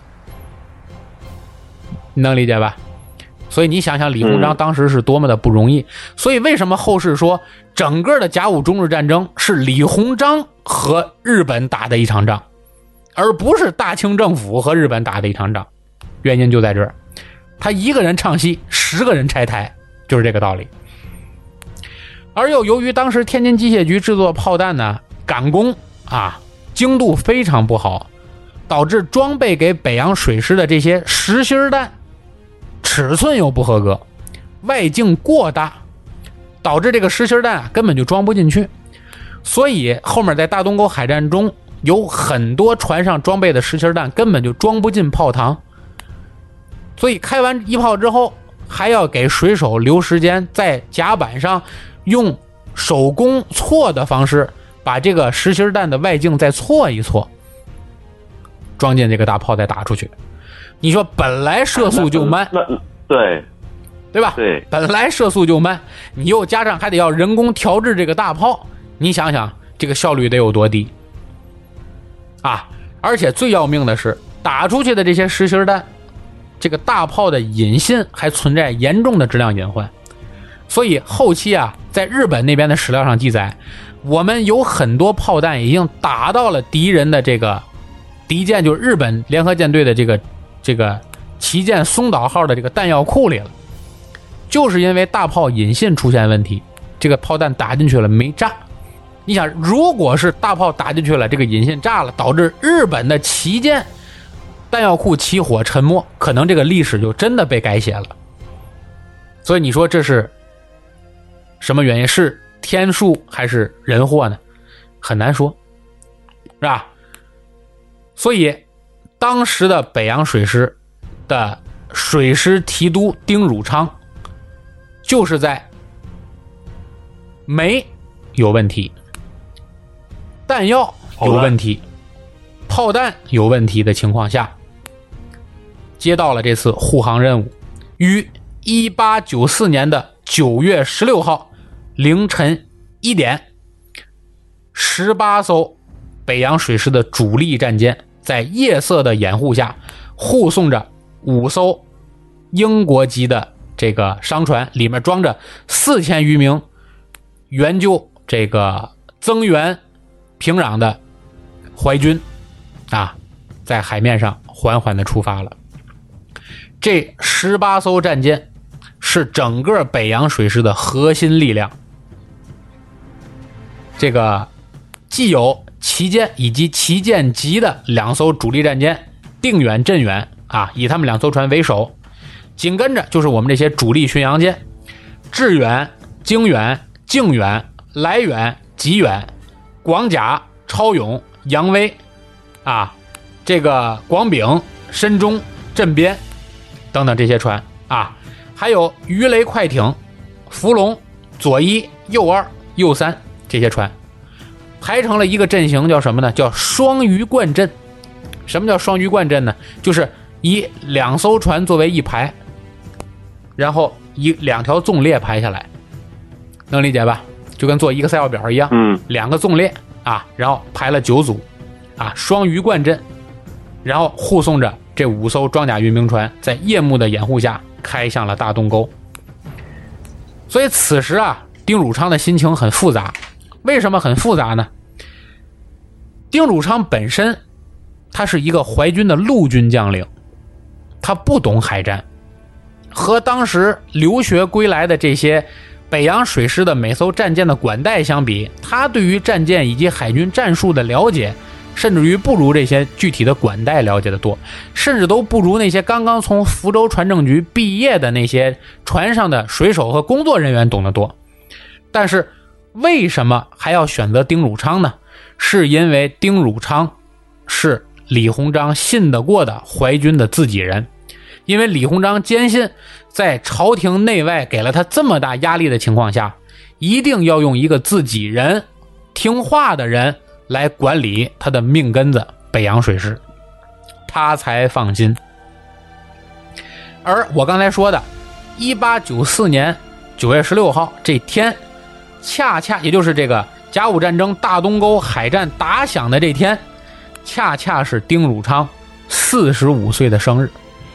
你能理解吧？所以你想想李鸿章当时是多么的不容易。所以为什么后世说整个的甲午中日战争是李鸿章和日本打的一场仗，而不是大清政府和日本打的一场仗？原因就在这儿，他一个人唱戏，10个人拆台，就是这个道理。而又由于当时天津机械局制作炮弹呢赶工啊，精度非常不好，导致装备给北洋水师的这些实心弹尺寸又不合格，外径过大，导致这个实心弹根本就装不进去。所以后面在大东沟海战中有很多船上装备的实心弹根本就装不进炮膛，所以开完一炮之后还要给水手留时间在甲板上用手工错的方式把这个实心弹的外径再错一错，装进这个大炮再打出去。你说本来射速就慢，对吧？ 对， 本来射速就慢，你又加上还得要人工调制这个大炮，你想想这个效率得有多低啊！而且最要命的是，打出去的这些实心弹，这个大炮的引信还存在严重的质量隐患。 所以后期啊，在日本那边的史料上记载，我们有很多炮弹已经打到了敌人的这个敌舰，就是日本联合舰队的这个旗舰松岛号的这个弹药库里了，就是因为大炮引信出现问题，这个炮弹打进去了没炸。你想，如果是大炮打进去了，这个引信炸了，导致日本的旗舰弹药库起火沉没，可能这个历史就真的被改写了。所以你说这是什么原因？是天数还是人祸呢？很难说，是吧？所以当时的北洋水师的水师提督丁汝昌，就是在煤有问题、弹药有问题、炮弹有问题的情况下，接到了这次护航任务，于1894年的9月16号凌晨1点，18艘北洋水师的主力战舰在夜色的掩护下，护送着5艘英国籍的这个商船，里面装着4000余名援救这个增援平壤的淮军啊，在海面上缓缓的出发了。这18艘战舰是整个北洋水师的核心力量，这个既有旗舰以及旗舰级的2艘主力战舰定远、镇远啊，以他们2艘船为首，紧跟着就是我们这些主力巡洋舰致远、经远、靖远、来远、济远、广甲、超勇、扬威啊，这个广丙、深中、镇边等等这些船啊，还有鱼雷快艇、福龙、左一、右2、右3这些船，排成了一个阵型，叫什么呢？叫双鱼贯阵。什么叫双鱼贯阵呢？就是以2艘船作为一排，然后以2条纵列排下来，能理解吧？就跟做 Excel 表一样，2个纵列啊，然后排了9组啊，双鱼贯阵，然后护送着这5艘装甲运兵船在夜幕的掩护下开向了大东沟。所以此时啊，丁汝昌的心情很复杂。为什么很复杂呢？丁汝昌本身他是一个淮军的陆军将领，他不懂海战，和当时留学归来的这些北洋水师的每艘战舰的管带相比，他对于战舰以及海军战术的了解，甚至于不如这些具体的管带了解的多，甚至都不如那些刚刚从福州船政局毕业的那些船上的水手和工作人员懂得多。但是为什么还要选择丁汝昌呢？是因为丁汝昌是李鸿章信得过的淮军的自己人，因为李鸿章坚信在朝廷内外给了他这么大压力的情况下，一定要用一个自己人听话的人来管理他的命根子北洋水师，他才放心。而我刚才说的1894年9月16号这天，恰恰也就是这个甲午战争大东沟海战打响的这天，恰恰是丁汝昌45岁的生日。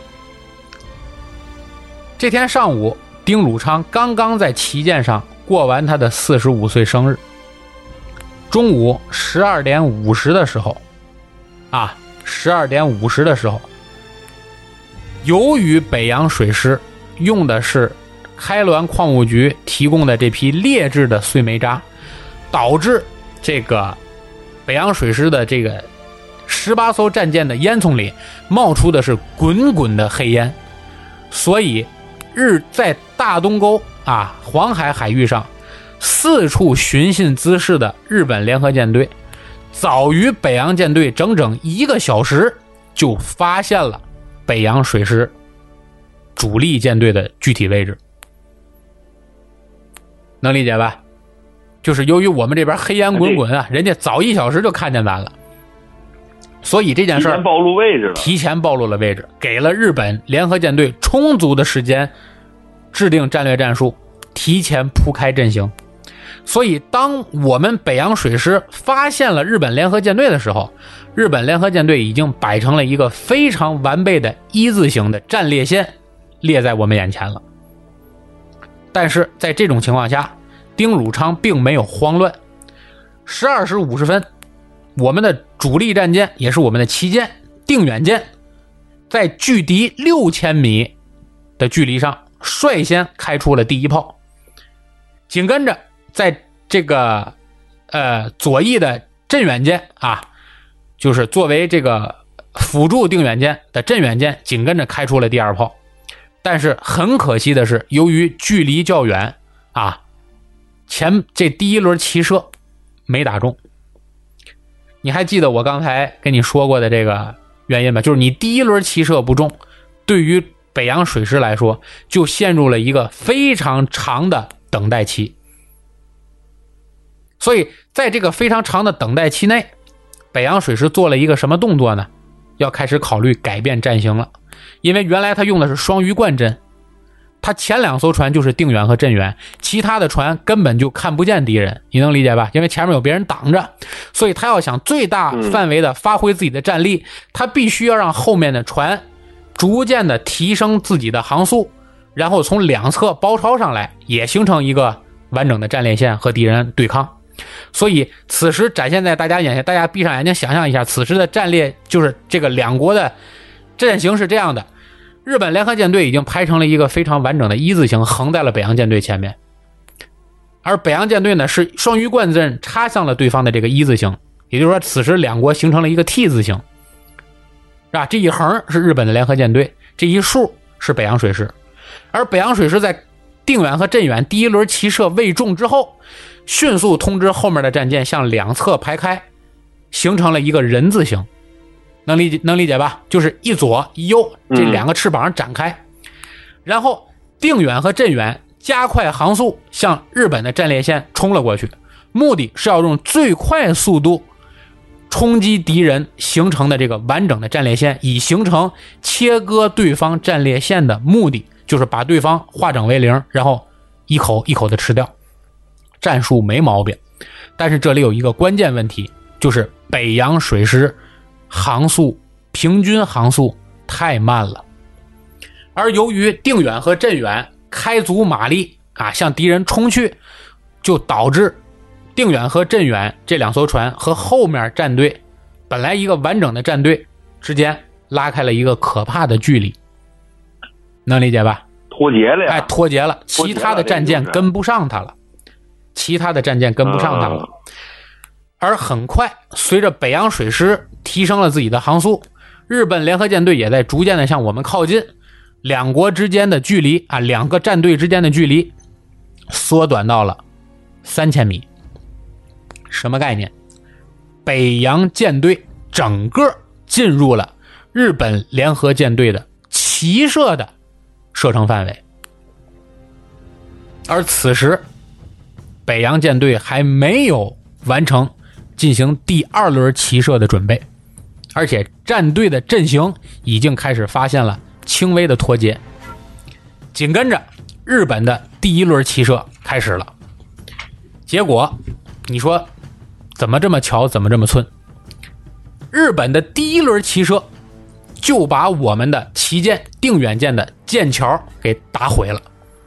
这天上午，丁汝昌刚刚在旗舰上过完他的45岁生日。中午12点50的时候啊，12点50的时候，由于北洋水师用的是开滦矿务局提供的这批劣质的碎煤渣，导致这个北洋水师的这个18艘战舰的烟囱里冒出的是滚滚的黑烟，所以在大东沟啊黄海海域上四处寻衅滋事的日本联合舰队，早于北洋舰队整整1个小时就发现了北洋水师主力舰队的具体位置。能理解吧？就是由于我们这边黑烟滚滚啊，人家早1小时就看见咱了，所以这件事儿提前暴露了位置，给了日本联合舰队充足的时间制定战略战术，提前铺开阵型。所以当我们北洋水师发现了日本联合舰队的时候，日本联合舰队已经摆成了一个非常完备的一字形的战列线列在我们眼前了。 但是在这种情况下，丁汝昌并没有慌乱。12时50分，我们的主力战舰，也是我们的旗舰定远舰，在距敌6000米的距离上率先开出了第一炮。紧跟着在这个左翼的镇远舰啊，就是作为这个辅助定远舰的镇远舰紧跟着开出了第二炮。但是很可惜的是，由于距离较远啊，这第一轮齐射没打中。你还记得我刚才跟你说过的这个原因吗？就是你第一轮齐射不中，对于北洋水师来说就陷入了一个非常长的等待期。所以在这个非常长的等待期内，北洋水师做了一个什么动作呢？要开始考虑改变战型了。因为原来他用的是双鱼贯阵，他前2艘船就是定远和镇远，其他的船根本就看不见敌人，你能理解吧？因为前面有别人挡着，所以他要想最大范围的发挥自己的战力，他必须要让后面的船逐渐的提升自己的航速，然后从两侧包抄上来，也形成一个完整的战列线和敌人对抗。所以此时展现在大家眼前，大家闭上眼睛想象一下，此时的战列就是这个两国的阵型是这样的。日本联合舰队已经排成了一个非常完整的一字形，横在了北洋舰队前面，而北洋舰队呢是双鱼贯阵插向了对方的这个一字形，也就是说此时两国形成了一个 T 字形，是吧？这一横是日本的联合舰队，这一竖是北洋水师。而北洋水师在定远和镇远第一轮齐射未中之后，迅速通知后面的战舰向两侧排开，形成了一个人字形。能理解吧？就是一左一右，这两个翅膀展开，然后定远和镇远加快航速向日本的战列线冲了过去，目的是要用最快速度冲击敌人形成的这个完整的战列线，以形成切割对方战列线的目的，就是把对方化整为零，然后一口一口的吃掉。战术没毛病，但是这里有一个关键问题，就是北洋水师航速平均航速太慢了，而由于定远和镇远开足马力啊向敌人冲去，就导致定远和镇远这两艘船和后面战队本来一个完整的战队之间拉开了一个可怕的距离，能理解吧？ 脱节了呀！ 哎，脱节了，其他的战舰跟不上它了，而很快随着北洋水师提升了自己的航速，日本联合舰队也在逐渐的向我们靠近，两国之间的距离啊，两个战队之间的距离缩短到了3000米。什么概念？北洋舰队整个进入了日本联合舰队的齐射的射程范围，而此时北洋舰队还没有完成进行第二轮齐射的准备，而且战队的阵型已经开始发现了轻微的脱节。紧跟着日本的第一轮齐射开始了，结果你说怎么这么巧，怎么这么寸？日本的第一轮齐射就把我们的旗舰定远舰的舰桥给打毁了。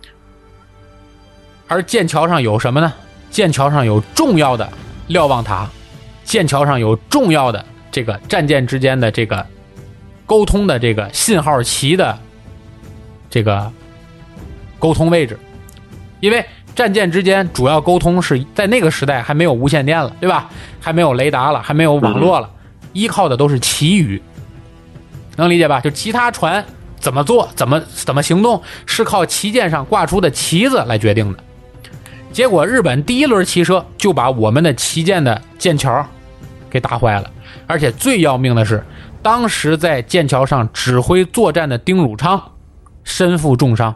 而舰桥上有什么呢？舰桥上有重要的瞭望塔，舰桥上有重要的这个战舰之间的这个沟通的这个信号旗的这个沟通位置。因为战舰之间主要沟通是在那个时代还没有无线电了，对吧？还没有雷达了，还没有网络了，依靠的都是旗语，能理解吧？就其他船怎么做，怎么行动，是靠旗舰上挂出的旗子来决定的。结果日本第一轮齐射就把我们的旗舰的舰桥给打坏了，而且最要命的是，当时在舰桥上指挥作战的丁汝昌身负重伤。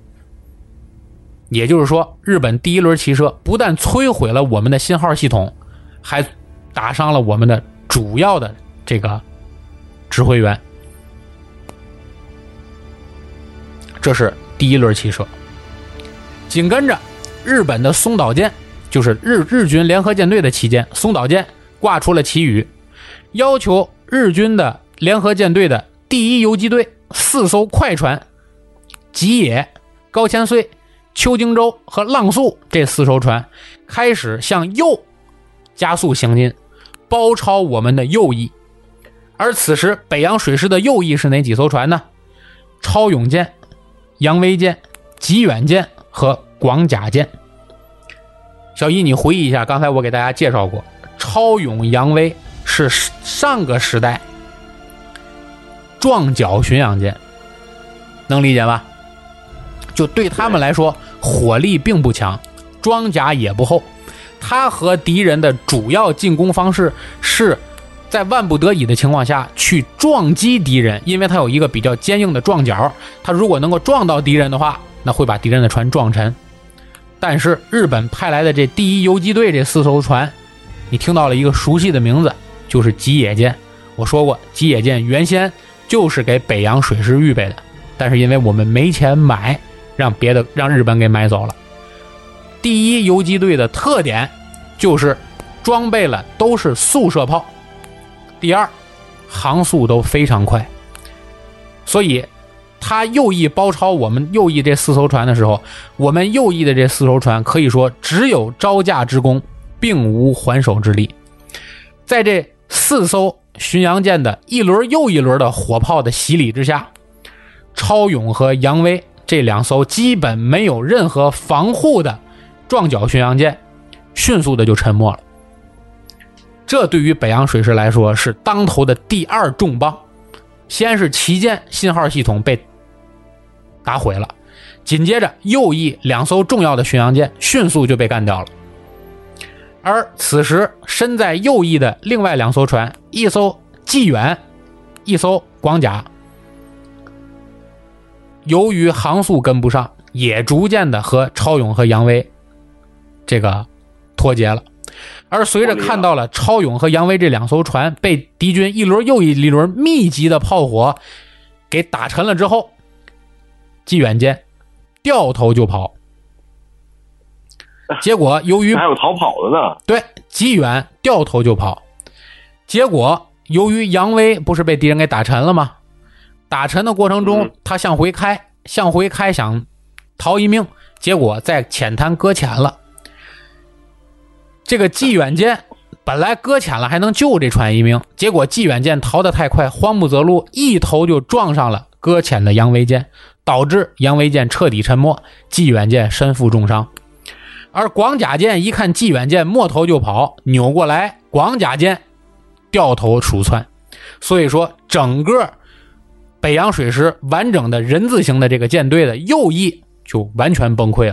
也就是说，日本第一轮齐射不但摧毁了我们的信号系统，还打伤了我们的主要的这个指挥员。这是第一轮齐射。紧跟着日本的松岛舰，就是日军联合舰队的旗舰松岛舰挂出了旗语，要求日军的联合舰队的第一游击队4艘快船吉野、高千岁、 秋荆州和浪速这4艘船开始向右加速行进，包抄我们的右翼。而此时北洋水师的右翼是哪几艘船呢？超勇舰、扬威舰、济远舰和广甲舰。小一，你回忆一下，刚才我给大家介绍过，超勇、扬威是上个时代撞角巡洋舰，能理解吧？就对他们来说，火力并不强，装甲也不厚，他和敌人的主要进攻方式是在万不得已的情况下去撞击敌人，因为他有一个比较坚硬的撞角，他如果能够撞到敌人的话，那会把敌人的船撞沉。但是日本派来的这第一游击队这4艘船，你听到了一个熟悉的名字，就是吉野舰。我说过，吉野舰原先就是给北洋水师预备的，但是因为我们没钱买，让日本给买走了。第一游击队的特点就是装备了都是速射炮，第二航速都非常快，所以他右翼包抄我们右翼这4艘船的时候，我们右翼的这4艘船可以说只有招架之功，并无还手之力。在这4艘巡洋舰的一轮又一轮的火炮的洗礼之下，超勇和扬威这2艘基本没有任何防护的撞角巡洋舰迅速的就沉没了。这对于北洋水师来说是当头的第2重磅。先是旗舰信号系统被打毁了，紧接着右翼2艘重要的巡洋舰迅速就被干掉了。而此时身在右翼的另外2艘船，一艘济远，一艘广甲，由于航速跟不上，也逐渐的和超勇和扬威这个脱节了。而随着看到了超勇和扬威这2艘船被敌军一轮又一轮密集的炮火给打沉了之后，济远舰掉头就跑。结果由于还有逃跑的呢， 对，济远掉头就跑。结果由于扬威不是被敌人给打沉了吗？打沉的过程中，他向回开想逃一命，结果在浅滩搁浅了。这个济远舰本来搁浅了还能救这船一命，结果济远舰逃得太快，慌不择路，一头就撞上了搁浅的扬威舰，导致扬威舰彻底沉没，济远舰身负重伤。而广甲舰一看济远舰没头就跑，扭过来广甲舰掉头鼠窜。所以说整个北洋水师完整的人字形的这个舰队的右翼就完全崩溃了，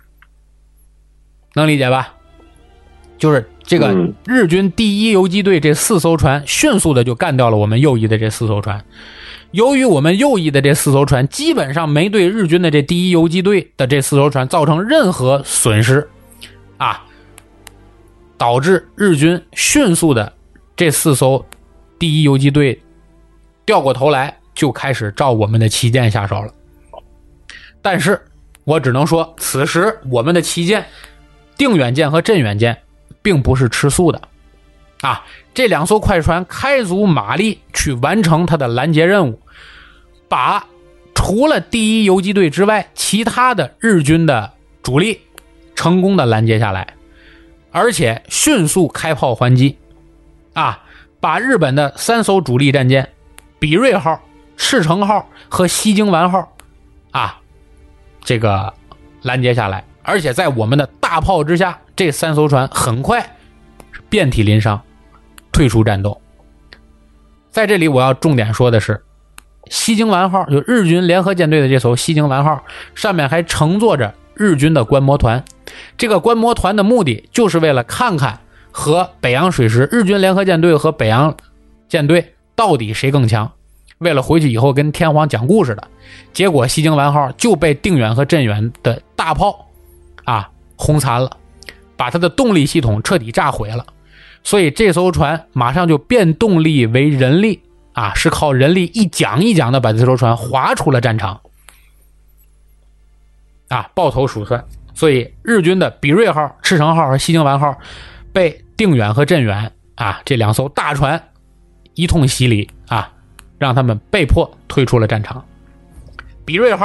能理解吧？就是这个日军第一游击队这4艘船迅速的就干掉了我们右翼的这4艘船。由于我们右翼的这4艘船基本上没对日军的这第一游击队的这4艘船造成任何损失啊，导致日军迅速的这4艘第一游击队掉过头来就开始照我们的旗舰下手了。但是我只能说，此时我们的旗舰定远舰和镇远舰并不是吃素的啊！这2艘快船开足马力去完成它的拦截任务，把除了第一游击队之外其他的日军的主力成功的拦截下来，而且迅速开炮还击啊！把日本的3艘主力战舰比瑞号、赤城号和西京丸号啊这个拦截下来，而且在我们的大炮之下，这3艘船很快遍体鳞伤，退出战斗。在这里我要重点说的是，西京丸号就日军联合舰队的这艘西京丸号上面还乘坐着日军的观摩团，这个观摩团的目的就是为了看看和北洋水师日军联合舰队和北洋舰队到底谁更强，为了回去以后跟天皇讲故事的。结果西京丸号就被定远和镇远的大炮啊轰残了，把它的动力系统彻底炸毁了。所以这艘船马上就变动力为人力啊，是靠人力一桨一桨的把这艘船划出了战场啊，抱头鼠窜。所以日军的比瑞号、赤城号和西京丸号被定远和镇远啊这2艘大船一通洗礼啊，让他们被迫退出了战场。比瑞号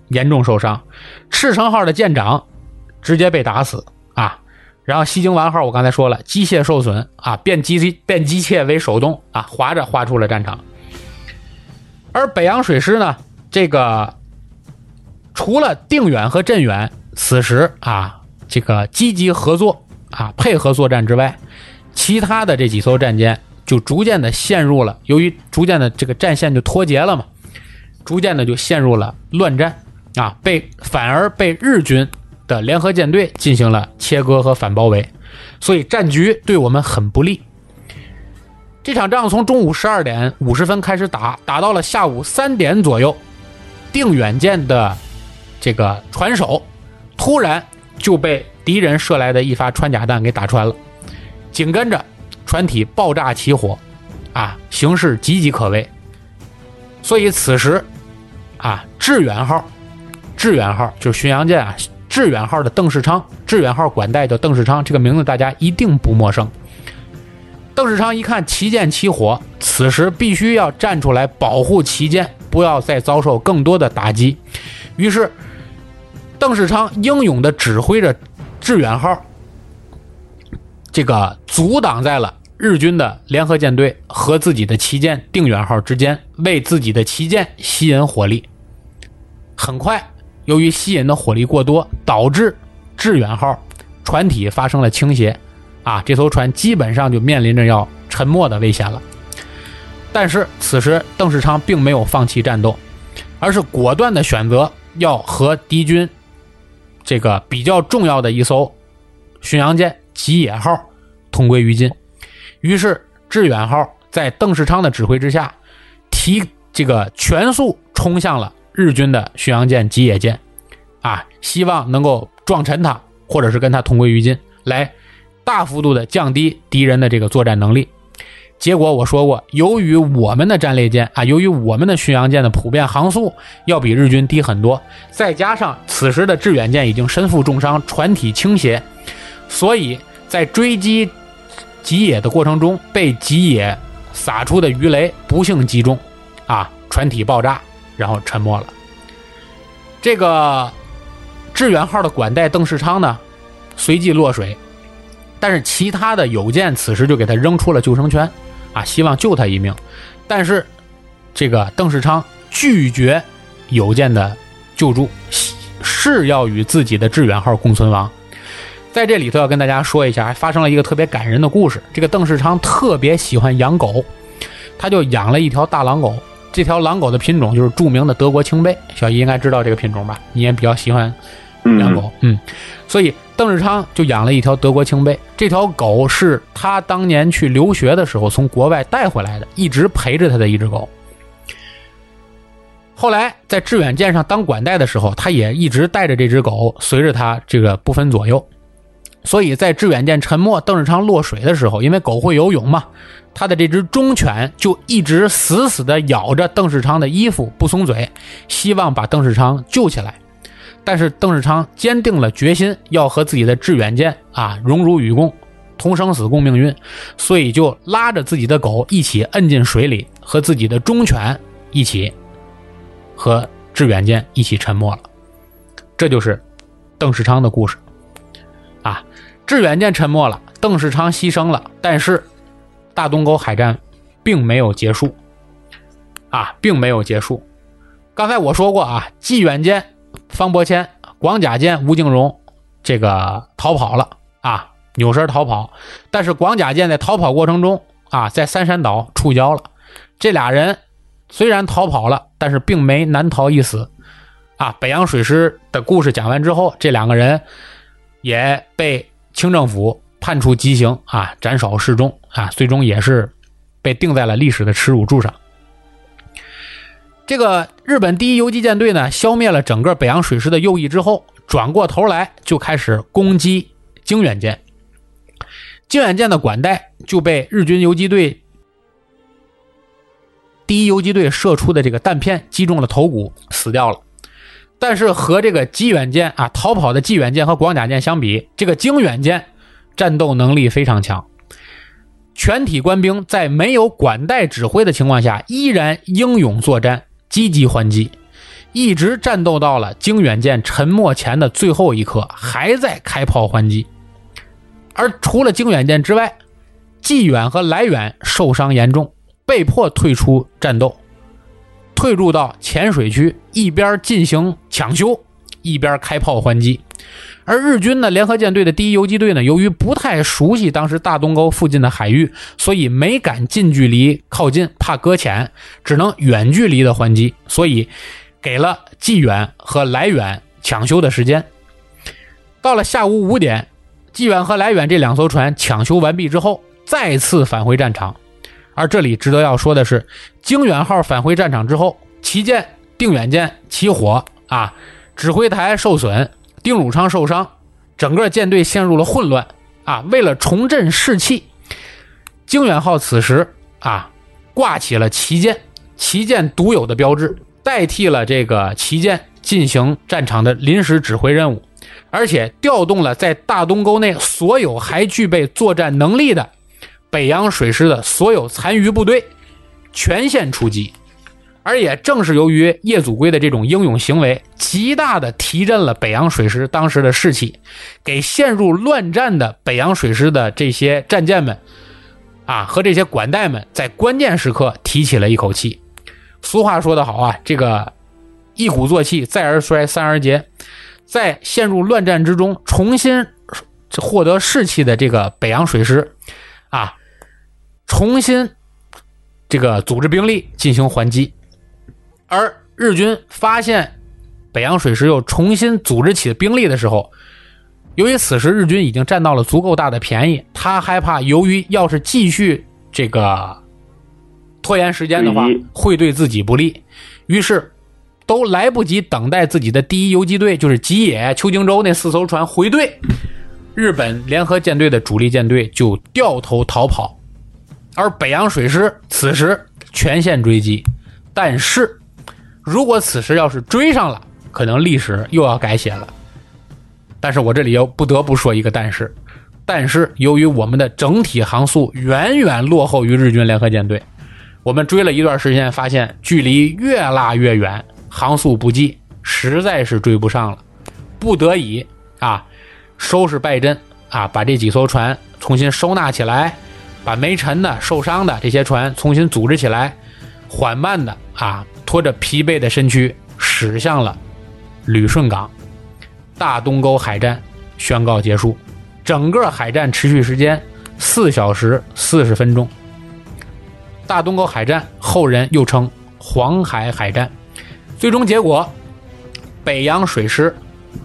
严重受伤，赤城号的舰长直接被打死啊。然后西京丸号我刚才说了，机械受损啊，变机械为手动啊，划着划出了战场。而北洋水师呢，这个除了定远和镇远此时啊这个积极合作啊配合作战之外，其他的这几艘战舰就逐渐的陷入了，由于逐渐的这个战线就脱节了嘛，逐渐的就陷入了乱战啊，反而被日军的联合舰队进行了切割和反包围，所以战局对我们很不利。这场仗从中午12点50分开始打到了下午3点左右，定远舰的这个船首突然就被敌人射来的一发穿甲弹给打穿了，紧跟着船体爆炸起火啊，形势岌岌可危。所以此时啊，致远号就是巡洋舰啊，致远号的邓世昌，致远号管带叫邓世昌，这个名字大家一定不陌生。邓世昌一看旗舰起火，此时必须要站出来保护旗舰，不要再遭受更多的打击。于是邓世昌英勇地指挥着致远号，这个阻挡在了日军的联合舰队和自己的旗舰定远号之间，为自己的旗舰吸引火力。很快，由于吸引的火力过多，导致致远号船体发生了倾斜啊，这艘船基本上就面临着要沉没的危险了。但是此时邓世昌并没有放弃战斗，而是果断的选择要和敌军这个比较重要的一艘巡洋舰吉野号同归于尽。于是致远号在邓世昌的指挥之下，全速冲向了日军的巡洋舰吉野舰啊，希望能够撞沉它，或者是跟它同归于尽，来大幅度的降低敌人的这个作战能力。结果我说过，由于我们的战列舰啊，由于我们的巡洋舰的普遍航速要比日军低很多，再加上此时的致远舰已经身负重伤，船体倾斜，所以在追击吉野的过程中，被吉野撒出的鱼雷不幸击中啊，船体爆炸，然后沉没了。这个致远号的管带邓世昌呢，随即落水，但是其他的友舰此时就给他扔出了救生圈啊，希望救他一命。但是这个邓世昌拒绝友舰的救助，是要与自己的致远号共存亡。在这里头要跟大家说一下，还发生了一个特别感人的故事。这个邓世昌特别喜欢养狗，他就养了一条大狼狗。这条狼狗的品种就是著名的德国青贝，小姨应该知道这个品种吧？你也比较喜欢养狗，所以邓世昌就养了一条德国青贝。这条狗是他当年去留学的时候从国外带回来的，一直陪着他的一只狗。后来在致远舰上当管带的时候，他也一直带着这只狗，随着他这个不分左右。所以在致远舰沉没，邓世昌落水的时候，因为狗会游泳嘛，他的这只忠犬就一直死死地咬着邓世昌的衣服不松嘴，希望把邓世昌救起来。但是邓世昌坚定了决心要和自己的致远舰啊荣辱与共，同生死共命运，所以就拉着自己的狗一起摁进水里，和自己的忠犬一起和致远舰一起沉没了。这就是邓世昌的故事啊。致远舰沉没了，邓世昌牺牲了，但是大东沟海战并没有结束啊，并没有结束。刚才我说过啊，济远舰方伯谦、广甲舰吴敬荣这个逃跑了啊，扭身逃跑，但是广甲舰在逃跑过程中啊，在三山岛触礁了。这俩人虽然逃跑了，但是并没难逃一死啊。北洋水师的故事讲完之后，这两个人也被清政府判处极刑啊，斩首示众啊，最终也是被钉在了历史的耻辱柱上。这个日本第一游击舰队呢，消灭了整个北洋水师的右翼之后，转过头来就开始攻击经远舰。经远舰的管带就被日军游击队第一游击队射出的这个弹片击中了头骨，死掉了。但是和这个济远舰啊逃跑的济远舰和广甲舰相比，这个经远舰战斗能力非常强，全体官兵在没有管带指挥的情况下依然英勇作战，积极还击。 一直战斗到了经远舰沉没前的最后一刻，还在开炮还击。而除了经远舰之外，济远和来远受伤严重，被迫退出战斗，退入到浅水区，一边进行抢修，一边开炮还击。而日军呢，联合舰队的第一游击队呢，由于不太熟悉当时大东沟附近的海域，所以没敢近距离靠近，怕搁浅，只能远距离的还击，所以给了济远和来远抢修的时间。到了下午5点，济远和来远这2艘船抢修完毕之后，再次返回战场。而这里值得要说的是，经远号返回战场之后，旗舰定远舰起火啊，指挥台受损，丁汝昌受伤，整个舰队陷入了混乱啊。为了重振士气，经远号此时啊挂起了旗舰独有的标志，代替了这个旗舰进行战场的临时指挥任务，而且调动了在大东沟内所有还具备作战能力的北洋水师的所有残余部队全线出击。而也正是由于叶祖珪的这种英勇行为，极大的提振了北洋水师当时的士气，给陷入乱战的北洋水师的这些战舰们啊和这些管带们在关键时刻提起了一口气。俗话说得好啊，这个一鼓作气，再而衰，三而竭。在陷入乱战之中重新获得士气的这个北洋水师啊，重新这个组织兵力进行还击。而日军发现北洋水师又重新组织起兵力的时候，由于此时日军已经占到了足够大的便宜，他害怕由于要是继续这个拖延时间的话会对自己不利，于是都来不及等待自己的第一游击队，就是吉野、秋津州那4艘船回队，日本联合舰队的主力舰队就掉头逃跑。而北洋水师此时全线追击，但是如果此时要是追上了，可能历史又要改写了。但是我这里又不得不说一个但是由于我们的整体航速远远落后于日军联合舰队，我们追了一段时间，发现距离越拉越远，航速不济，实在是追不上了，不得已啊收拾败阵啊，把这几艘船重新收纳起来，把没沉的受伤的这些船重新组织起来，缓慢的啊拖着疲惫的身躯驶向了旅顺港。大东沟海战宣告结束，整个海战持续时间4小时40分钟。大东沟海战后人又称黄海海战，最终结果北洋水师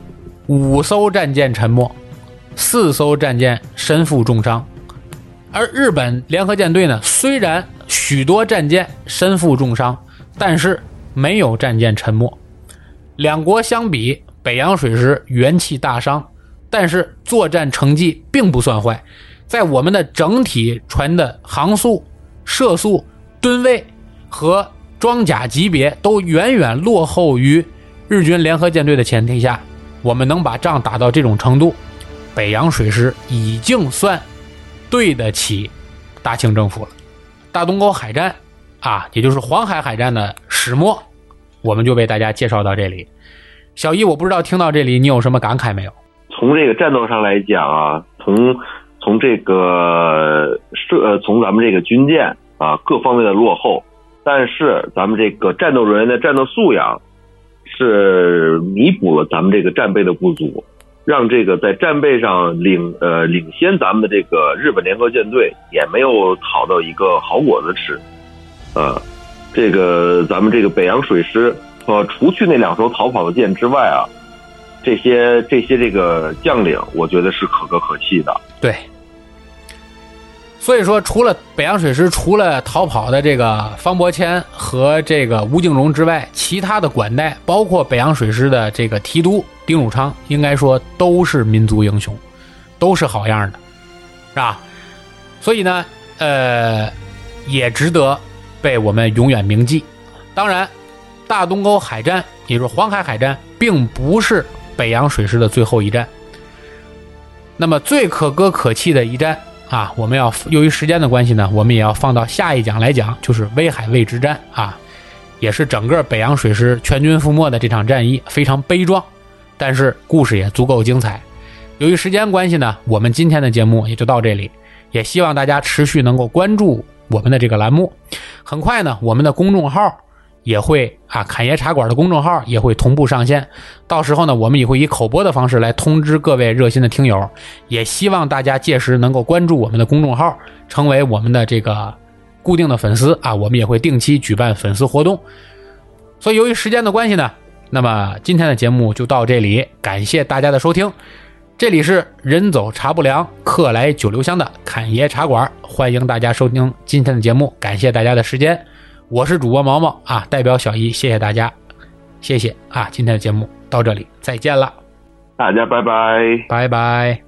5艘战舰沉没，4艘战舰身负重伤。而日本联合舰队呢，虽然许多战舰身负重伤，但是没有战舰沉没。两国相比，北洋水师元气大伤，但是作战成绩并不算坏，在我们的整体船的航速、射速、吨位和装甲级别都远远落后于日军联合舰队的前提下，我们能把仗打到这种程度，北洋水师已经算对得起大清政府了。大东沟海战啊，也就是黄海海战的始末，我们就为大家介绍到这里。小一，我不知道听到这里你有什么感慨没有？ 从这个战斗上来讲啊，从这个从咱们这个军舰啊各方面的落后，但是咱们这个战斗人员的战斗素养是弥补了咱们这个战备的不足，让这个在战备上领先咱们的这个日本联合舰队也没有讨到一个好果子吃。这个咱们这个北洋水师除去那2艘逃跑的舰之外啊，这些这个将领我觉得是可歌可泣的。 对，所以说除了北洋水师除了逃跑的这个方伯谦和这个吴敬荣之外，其他的管带包括北洋水师的这个提督丁汝昌，应该说都是民族英雄，都是好样的，是吧？所以呢也值得被我们永远铭记。当然大东沟海战也就是黄海海战并不是北洋水师的最后一战，那么最可歌可泣的一战啊，我们要由于时间的关系呢，我们也要放到下一讲来讲，就是威海卫之战啊。 也是整个北洋水师全军覆没的这场战役非常悲壮，但是故事也足够精彩。由于时间关系呢，我们今天的节目也就到这里，也希望大家持续能够关注我们的这个栏目。很快呢，我们的公众号也会侃爷茶馆的公众号也会同步上线，到时候呢，我们也会以口播的方式来通知各位热心的听友，也希望大家届时能够关注我们的公众号，成为我们的这个固定的粉丝我们也会定期举办粉丝活动。所以由于时间的关系呢，那么今天的节目就到这里，感谢大家的收听。这里是人走茶不凉，客来酒留香的侃爷茶馆，欢迎大家收听今天的节目，感谢大家的时间。我是主播毛毛代表小姨谢谢大家，谢谢今天的节目到这里，再见了， 大家拜拜， 拜拜。